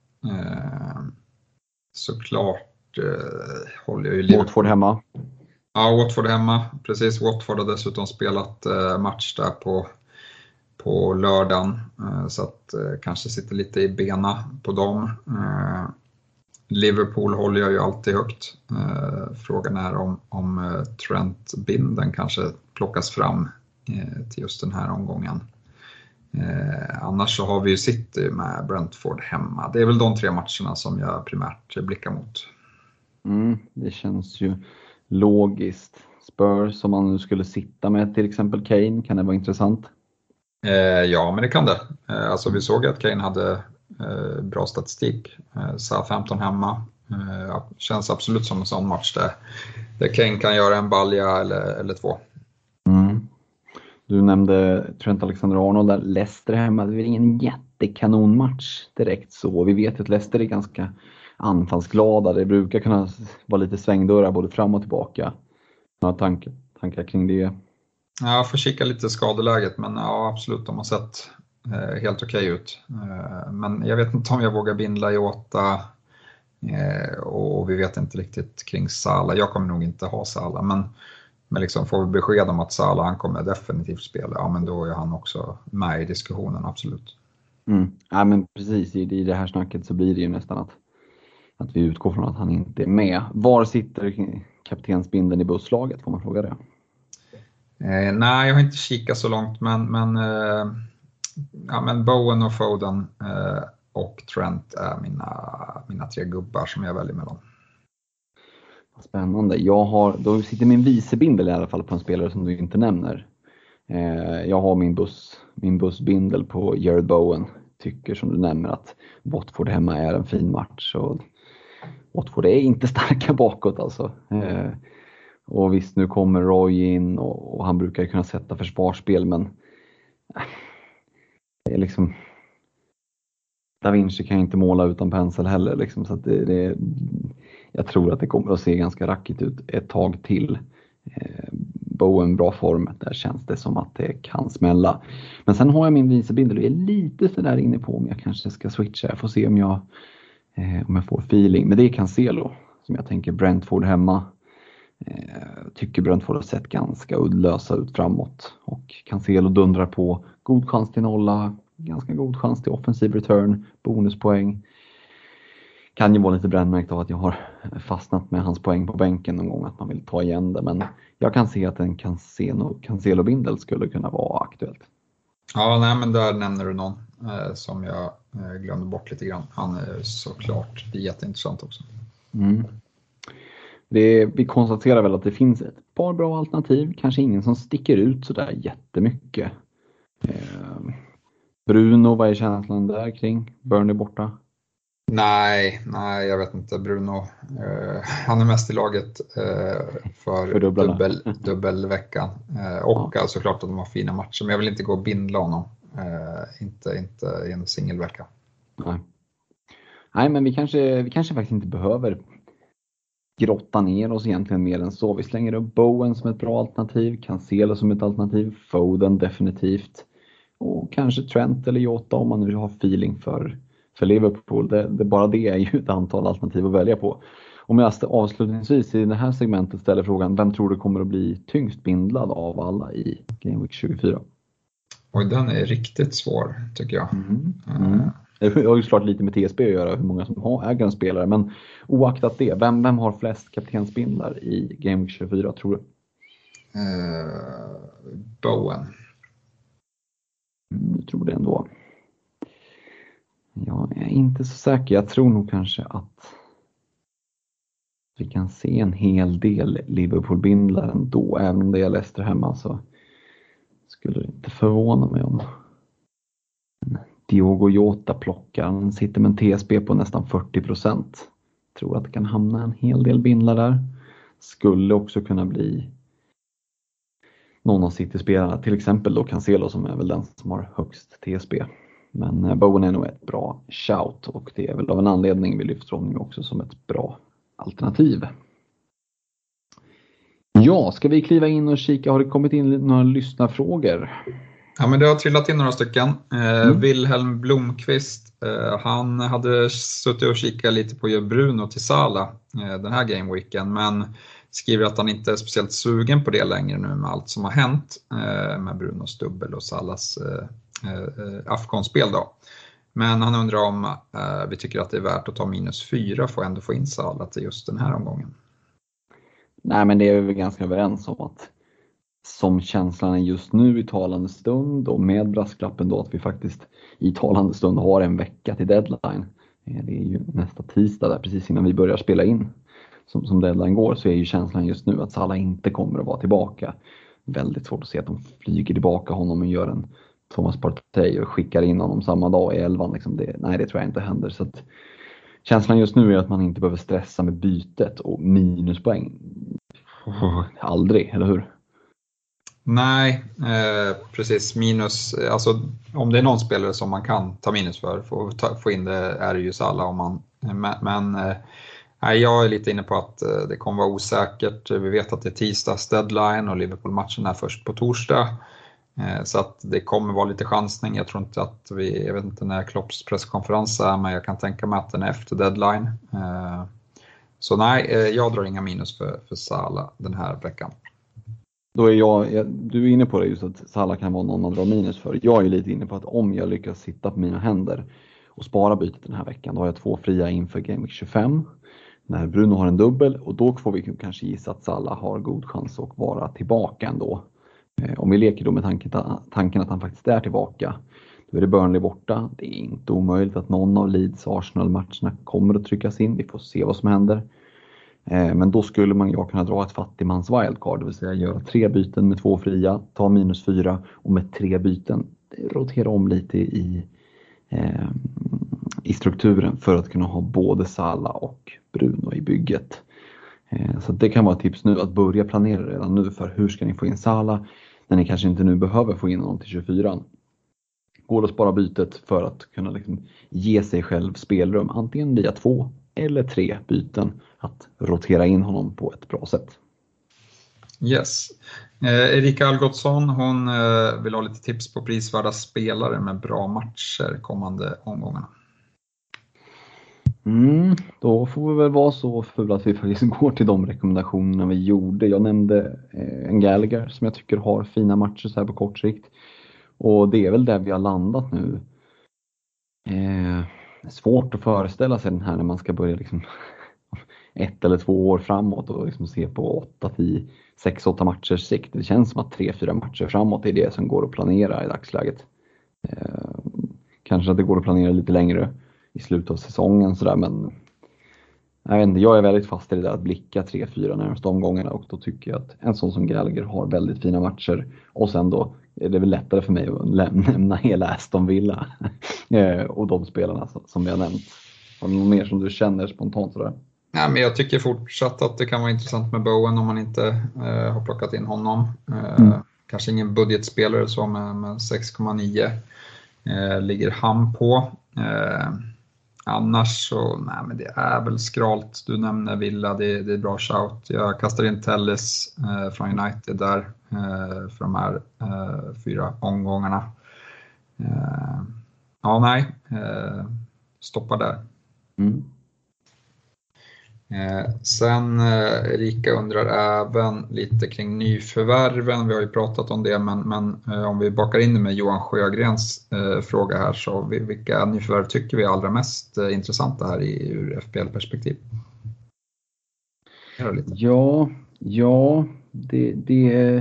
S3: Såklart håller jag ju
S2: Watford hemma.
S3: Ja, Watford hemma. Precis, Watford har dessutom spelat match där på lördagen. Så att kanske sitter lite i bena på dem. Liverpool håller jag ju alltid högt. Frågan är om Trent-binden kanske plockas fram till just den här omgången. Annars så har vi ju City med Brentford hemma. Det är väl de 3 matcherna som jag primärt blickar mot.
S2: Det känns ju logiskt. Spurs, om man nu skulle sitta med till exempel Kane, kan det vara intressant?
S3: Ja, men det kan det. Alltså vi såg att Kane hade bra statistik. Southampton hemma. Känns absolut som en sån match där Kane kan göra en balja eller 2.
S2: Du nämnde Trent Alexander-Arnold där. Leicester hemma, det är ingen jättekanonmatch direkt så. Vi vet att Leicester är ganska anfallsglada. Det brukar kunna vara lite svängdörrar både fram och tillbaka. Några tankar kring det?
S3: Ja, jag får kika lite skadeläget, men ja, absolut, de har sett helt okej ut. Men jag vet inte om jag vågar bindla Jota och vi vet inte riktigt kring Salah. Jag kommer nog inte ha Salah, men liksom får vi besked om att Salah han kommer definitivt spela, ja men då är han också med i diskussionen, absolut.
S2: Ja men precis, i det här snacket så blir det ju nästan att vi utgår från att han inte är med. Var sitter kaptensbinden i busslaget, får man fråga det?
S3: Nej, jag har inte kikat så långt, men Bowen och Foden och Trent är mina 3 gubbar som jag väljer mellan.
S2: Spännande. Då sitter min vicebindel i alla fall på en spelare som du inte nämner. Jag har min bussbindel på Jared Bowen. Tycker som du nämner att Watford hemma är en fin match. Och Watford är inte starka bakåt alltså. Och visst, nu kommer Roy in och han brukar kunna sätta försvarsspel, men det är liksom Da Vinci kan inte måla utan pensel heller liksom, så att jag tror att det kommer att se ganska rackigt ut ett tag till. Bowen bra form, där känns det som att det kan smälla. Men sen har jag min vicebindel och är lite så där inne på om jag kanske ska switcha. Jag får se om jag får feeling. Men det är Cancelo som jag tänker Brentford hemma. Tycker Brentford har sett ganska uddlösa ut framåt. Och Cancelo dundrar på. God chans till nolla. Ganska god chans till offensiv return. Bonuspoäng. Kan ju vara lite brännmärkt av att jag har fastnat med hans poäng på bänken någon gång. Att man vill ta igen det. Men jag kan se att en Cancelo-bindel skulle kunna vara aktuellt.
S3: Ja, nej, men där nämner du någon som jag glömde bort lite grann. Han är såklart jätteintressant också.
S2: Vi konstaterar väl att det finns ett par bra alternativ. Kanske ingen som sticker ut så där jättemycket. Bruno, vad är känslan där kring? Burnley borta?
S3: Nej, jag vet inte. Bruno, han är mest i laget för dubbelveckan. Och alltså klart att de har fina matcher. Men jag vill inte gå och bindla honom. Inte i en singelvecka. Nej, men vi kanske faktiskt inte behöver grotta ner oss egentligen mer än så. Vi slänger upp Bowen som ett bra alternativ. Cancelo som ett alternativ. Foden definitivt. Och kanske Trent eller Jota om man nu har feeling för Liverpool. Bara det är ju ett antal alternativ att välja på.
S2: Om jag avslutningsvis i det här segmentet ställer frågan, vem tror du kommer att bli tyngst bindlad av alla i Game Week 24?
S3: Och den är riktigt svår tycker jag.
S2: Det har ju såklart lite med TSB att göra, hur många som äger en spelare. Men oaktat det, vem har flest kaptensbindlar i Game Week 24 tror du?
S3: Bowen.
S2: Du tror det ändå? Jag är inte så säker. Jag tror nog kanske att vi kan se en hel del Liverpool-bindlar ändå. Även om det är Leicester hemma så skulle det inte förvåna mig om Diogo Jota plockar. Han sitter med en TSB på nästan 40%. Tror att det kan hamna en hel del bindlar där. Skulle också kunna bli någon av City-spelarna. Till exempel då Cancelo som är väl den som har högst TSB. Men Bowen är nog ett bra shout. Och det är väl av en anledning vi lyfter honom också som ett bra alternativ. Ja, ska vi kliva in och kika? Har det kommit in några lyssnarfrågor?
S3: Ja, men det har trillat in några stycken. Wilhelm Blomqvist, han hade suttit och kikat lite på Bruno till Salah den här gameweeken, men skriver att han inte är speciellt sugen på det längre nu med allt som har hänt med Brunos dubbel och Salahs Afcon-spel då. Men han undrar om vi tycker att det är värt att ta -4 för att ändå få in Salah till just den här omgången.
S2: Nej, men det är vi ganska överens om att som känslan är just nu i talande stund och med brasklappen då att vi faktiskt i talande stund har en vecka till deadline. Det är ju nästa tisdag där precis innan vi börjar spela in som deadline går, så är ju känslan just nu att Salah inte kommer att vara tillbaka. Väldigt svårt att se att de flyger tillbaka honom och gör en Thomas Partey och skickar in honom samma dag i 11. Liksom det tror jag inte händer. Så att känslan just nu är att man inte behöver stressa med bytet och minuspoäng. Aldrig, eller hur?
S3: Nej, precis. Minus, alltså om det är någon spelare som man kan ta minus för få in det är det ju Salah. Men jag är lite inne på att det kommer vara osäkert. Vi vet att det är tisdags deadline och Liverpool-matchen är först på torsdag. Så att det kommer vara lite chansning. Jag tror inte att jag vet inte när Klopps presskonferens är, men jag kan tänka mig att den är efter deadline. Så nej, jag drar inga minus för Salah den här veckan.
S2: Då är du är inne på det just att Salah kan vara någon man drar minus för. Jag är lite inne på att om jag lyckas sitta på mina händer och spara bytet den här veckan, då har jag 2 fria inför Game Week 25. När Bruno har en dubbel, och då får vi kanske gissa att Salah har god chans att vara tillbaka ändå. Om vi leker då med tanken att han faktiskt är tillbaka, då är det Burnley borta. Det är inte omöjligt att någon av Leeds Arsenal-matcherna kommer att tryckas in. Vi får se vad som händer. Men då skulle jag kunna dra ett fattigmans wildcard, det vill säga göra 3 byten med 2 fria, ta -4 och med 3 byten rotera om lite i strukturen för att kunna ha både Salah och Bruno i bygget. Så det kan vara ett tips nu att börja planera redan nu för hur ska ni få in Salah när ni kanske inte nu behöver få in honom till 24. Går att spara bytet för att kunna liksom ge sig själv spelrum antingen via 2 eller 3 byten att rotera in honom på ett bra sätt.
S3: Yes. Erika Algotsson, hon vill ha lite tips på prisvärda spelare med bra matcher kommande omgångarna.
S2: Då får vi väl vara så fulla att vi faktiskt går till de rekommendationerna vi gjorde. Jag nämnde en Gallagher som jag tycker har fina matcher så här på kort sikt. Och det är väl där vi har landat nu. Det är svårt att föreställa sig den här när man ska börja liksom 1 eller 2 år framåt och liksom se på 8, 10, 6-8 matchers sikt. Det känns som att 3-4 matcher framåt är det som går att planera i dagsläget. Kanske att det går att planera lite längre i slutet av säsongen sådär, men jag vet inte, jag är väldigt fast i det där att blicka 3-4 närmaste omgångarna, och då tycker jag att en sån som Gallagher har väldigt fina matcher, och sen då är det väl lättare för mig att nämna hela Aston Villa och de spelarna som vi har nämnt. Har du något mer som du känner spontant sådär?
S3: Nej, men jag tycker fortsatt att det kan vara intressant med Bowen om man inte har plockat in honom. Kanske ingen budgetspelare så med 6,9 ligger han på. Annars så, nej, men det är väl skralt. Du nämner Villa, det är bra shout. Jag kastar in Telles från United där för de här 4 omgångarna. Stoppa där. Sen Erika undrar även lite kring nyförvärven. Vi har ju pratat om det, men om vi bakar in det med Johan Sjögrens fråga här, så vilka nyförvärv tycker vi är allra mest intressanta här ur FPL-perspektiv?
S2: Ja, det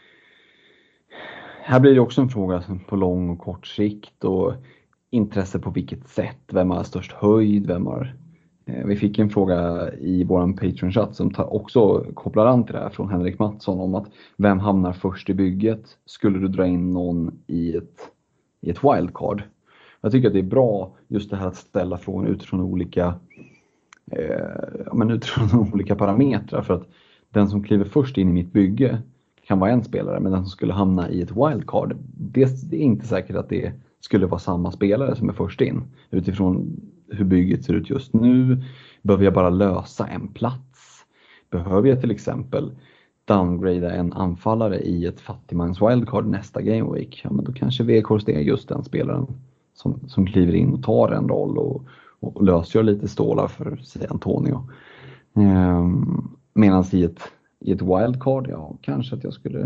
S2: här blir det också en fråga på lång och kort sikt och intresse på vilket sätt, vem har störst höjd, vi fick en fråga i våran Patreon-chatt som också kopplar an till det här från Henrik Mattsson om att vem hamnar först i bygget? Skulle du dra in någon i ett wildcard? Jag tycker att det är bra just det här att ställa frågan utifrån olika parametrar, för att den som kliver först in i mitt bygge kan vara en spelare, men den som skulle hamna i ett wildcard, det är inte säkert att det skulle vara samma spelare som är först in. Utifrån hur bygget ser ut just nu, behöver jag bara lösa en plats? Behöver jag till exempel downgrada en anfallare i ett fattigmans wildcard nästa game week? Ja, men då kanske Weghorst är just den spelaren som kliver in och tar en roll och löser lite stålar för, säg Antonio. Medan i ett wildcard, ja, kanske att jag skulle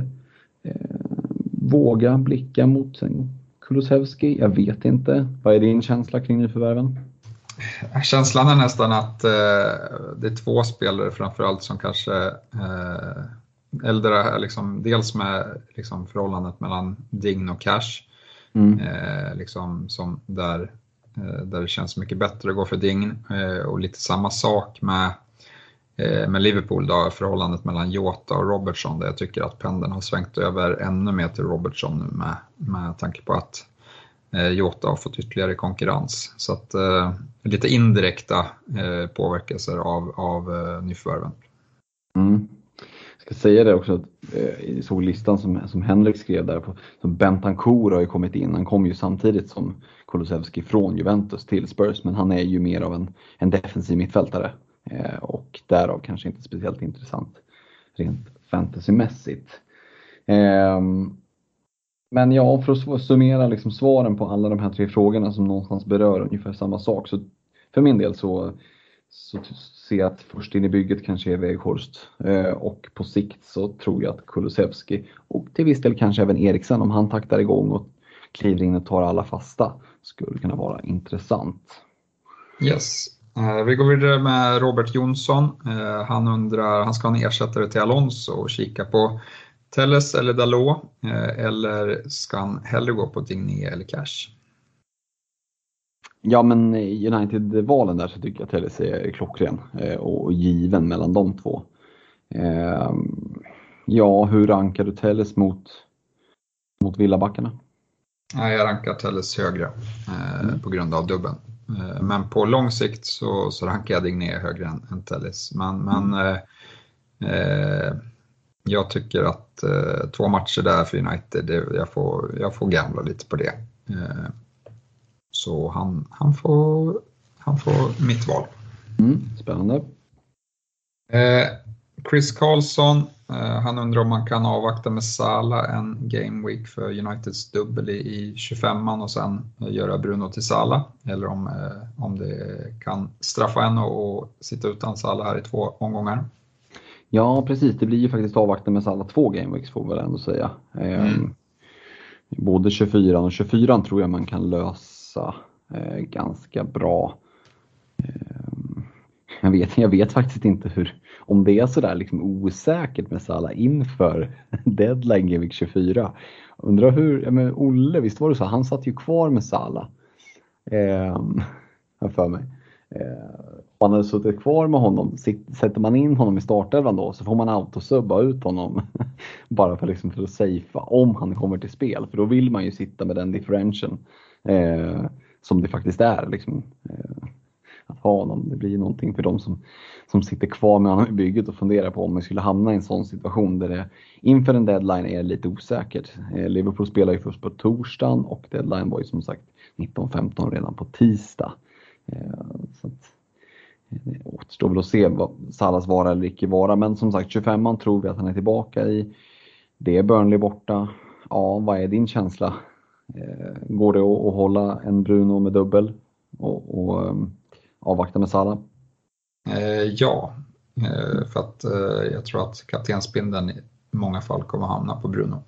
S2: våga blicka mot Kulusevski. Jag vet inte. Vad är din känsla kring nyförvärven?
S3: Känslan är nästan att det är två spelare framförallt som kanske äldre, liksom, dels med liksom, förhållandet mellan Dign och Cash. Liksom, som där det känns mycket bättre att gå för Dign, och lite samma sak med Liverpool då, förhållandet mellan Jota och Robertson, där jag tycker att pendeln har svängt över ännu mer till Robertson nu med tanke på att Jota har fått ytterligare konkurrens. Så att lite indirekta påverkelser av nyförvärven.
S2: Jag ska säga det också, att jag såg listan som Henrik skrev där på, som Bentancur har ju kommit in. Han kom ju samtidigt som Kulusevski från Juventus till Spurs, men han är ju mer av en defensiv mittfältare. Och därav kanske inte speciellt intressant rent fantasymässigt. Men ja, för att summera liksom svaren på alla de här tre frågorna som någonstans berör ungefär samma sak, så för min del så ser jag att först in i bygget kanske är Weghorst, och på sikt så tror jag att Kulusevski och till viss del kanske även Eriksen, om han taktar igång och kliver in och tar alla fasta, skulle kunna vara intressant.
S3: Yes. Vi går vidare med Robert Jonsson. Han undrar, han ska ha en ersättare till Alonso och kika på Telles eller Dalot, eller ska han hellre gå på Digne eller Cash?
S2: Ja, men United-valen där så tycker jag Telles är klockren och given mellan de två. Ja, hur rankar du Telles mot Villabackarna?
S3: Jag rankar Telles högre på grund av dubben. Men på lång sikt så rankar jag Digne högre än Telles. Men jag tycker att 2 matcher där för United, jag får gambla lite på det. Så han får mitt val.
S2: Spännande.
S3: Chris Karlsson, han undrar om man kan avvakta med Salah en game week för Uniteds dubbel i 25an och sen göra Bruno till Salah, eller om det kan straffa en och sitta utan Salah här i 2 omgångar.
S2: Ja, precis. Det blir ju faktiskt avvakta med Salah 2 game weeks, får vi väl ändå säga. Både 24 och 24 tror jag man kan lösa ganska bra. Jag vet faktiskt inte om det är sådär liksom osäkert med Salah inför deadline Game Week 24. Undrar hur, Olle, visst var det så? Han satt ju kvar med Salah. För mig. Han hade suttit kvar med honom. Sätter man in honom i startelvan då, så får man autosubba ut honom. Bara för att safea om han kommer till spel. För då vill man ju sitta med den differentialen som det faktiskt är. Liksom, att ha honom. Det blir någonting för de som sitter kvar med honom i bygget och funderar på om man skulle hamna i en sån situation där det inför en deadline är lite osäkert. Liverpool spelar ju först på torsdagen och deadline var ju som sagt 19:15 redan på tisdag. Så att, det återstår väl att se vad Salahs vara eller icke vara. Men som sagt, 25an tror vi att han är tillbaka i. Det är Burnley borta. Ja, vad är din känsla? Går det att hålla en Bruno med dubbel och avvakta med Salah?
S3: Ja, för att jag tror att kaptensbindeln i många fall kommer hamna på Bruno.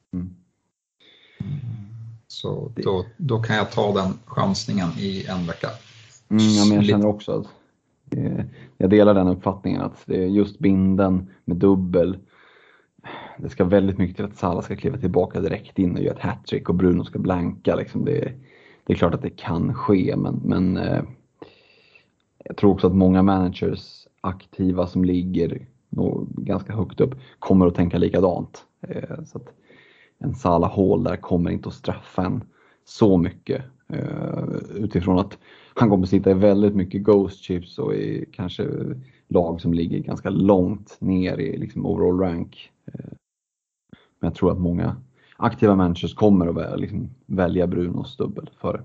S3: Så då kan jag ta den chansningen i en vecka.
S2: Ja, men jag känner också att jag delar den uppfattningen att det är just binden med dubbel. Det ska väldigt mycket till att Salah ska kliva tillbaka direkt in och göra ett hattrick och Bruno ska blanka. Liksom. Det är klart att det kan ske, men jag tror också att många managers aktiva som ligger ganska högt upp kommer att tänka likadant. Så att en Salah Hall där kommer inte att straffa en så mycket utifrån att han kommer att sitta i väldigt mycket ghost chips och i kanske lag som ligger ganska långt ner i liksom overall rank. Men jag tror att många aktiva managers kommer att välja Brunos dubbel före.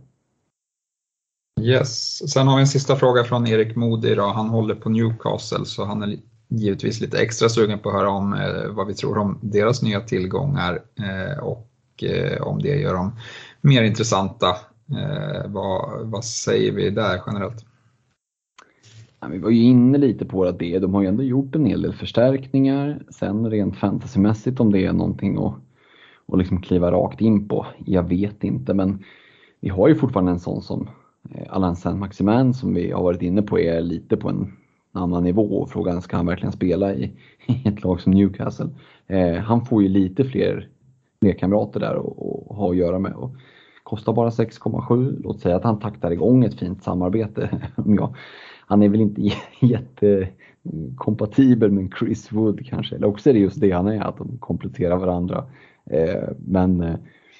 S3: Yes, sen har vi en sista fråga från Erik Modi. Han håller på Newcastle, så han är givetvis lite extra sugen på att höra om vad vi tror om deras nya tillgångar och om det gör dem mer intressanta. Vad säger vi där generellt?
S2: Ja, vi var ju inne lite på att de har ju ändå gjort en hel del förstärkningar. Sen rent fantasymässigt om det är någonting att liksom kliva rakt in på. Jag vet inte, men vi har ju fortfarande en sån som Alain Saint-Maximin som vi har varit inne på är lite på en annan nivå. Och frågan, ska han verkligen spela i ett lag som Newcastle? Han får ju lite fler kamrater där och ha att göra med. Och kostar bara 6,7. Låt säga att han taktar igång ett fint samarbete. Han är väl inte jättekompatibel med Chris Wood kanske. Eller också är det just det han är, att de kompletterar varandra. Men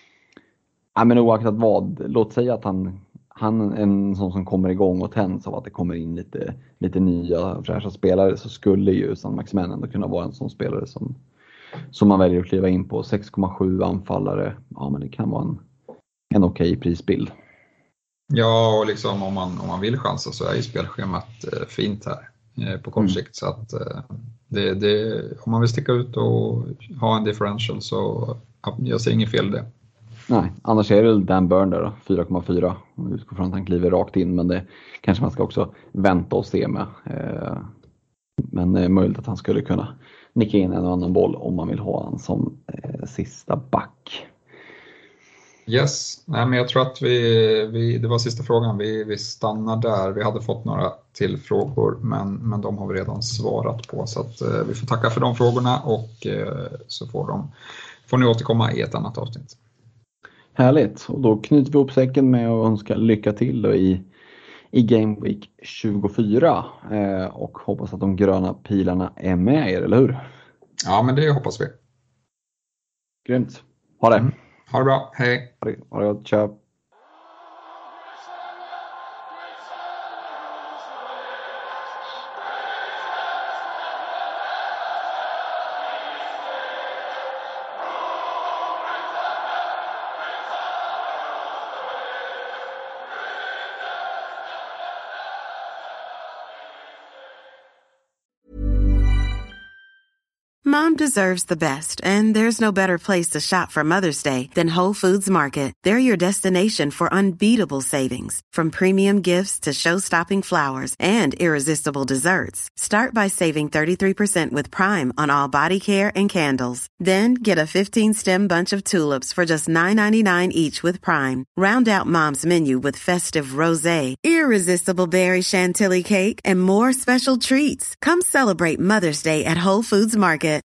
S2: oaktat vad, låt säga att han är en sån som kommer igång och tänds av att det kommer in lite nya fräscha spelare, så skulle ju Saint-Maximin ändå kunna vara en sån spelare som man väljer att kliva in på. 6,7 anfallare, ja, men det kan vara en okej prisbild.
S3: Ja, och liksom om man vill chansa så är ju spelschemat fint här på kort sikt. Så att om man vill sticka ut och ha en differential, så jag ser inget fel i det.
S2: Nej, annars är det Dan Burn där då, 4,4. Jag utgår från att han kliver rakt in, men det kanske man ska också vänta och se med. Men det är möjligt att han skulle kunna nicka in en annan boll om man vill ha han som sista back.
S3: Yes, nej, men jag tror att det var sista frågan. Vi stannar där. Vi hade fått några till frågor, men de har vi redan svarat på. Så att vi får tacka för de frågorna, och så får ni återkomma i ett annat avsnitt.
S2: Härligt, och då knyter vi upp säcken med att önska lycka till då i Game Week 24 och hoppas att de gröna pilarna är med er, eller hur?
S3: Ja, men det hoppas vi.
S2: Grymt. Ha det.
S3: Ha det bra. Hej.
S2: Ha det gott. Tja.
S7: Mom deserves the best, and there's no better place to shop for Mother's Day than Whole Foods Market. They're your destination for unbeatable savings, from premium gifts to show-stopping flowers and irresistible desserts. Start by saving 33% with Prime on all body care and candles. Then get a 15-stem bunch of tulips for just $9.99 each with Prime. Round out Mom's menu with festive rosé, irresistible berry chantilly cake, and more special treats. Come celebrate Mother's Day at Whole Foods Market.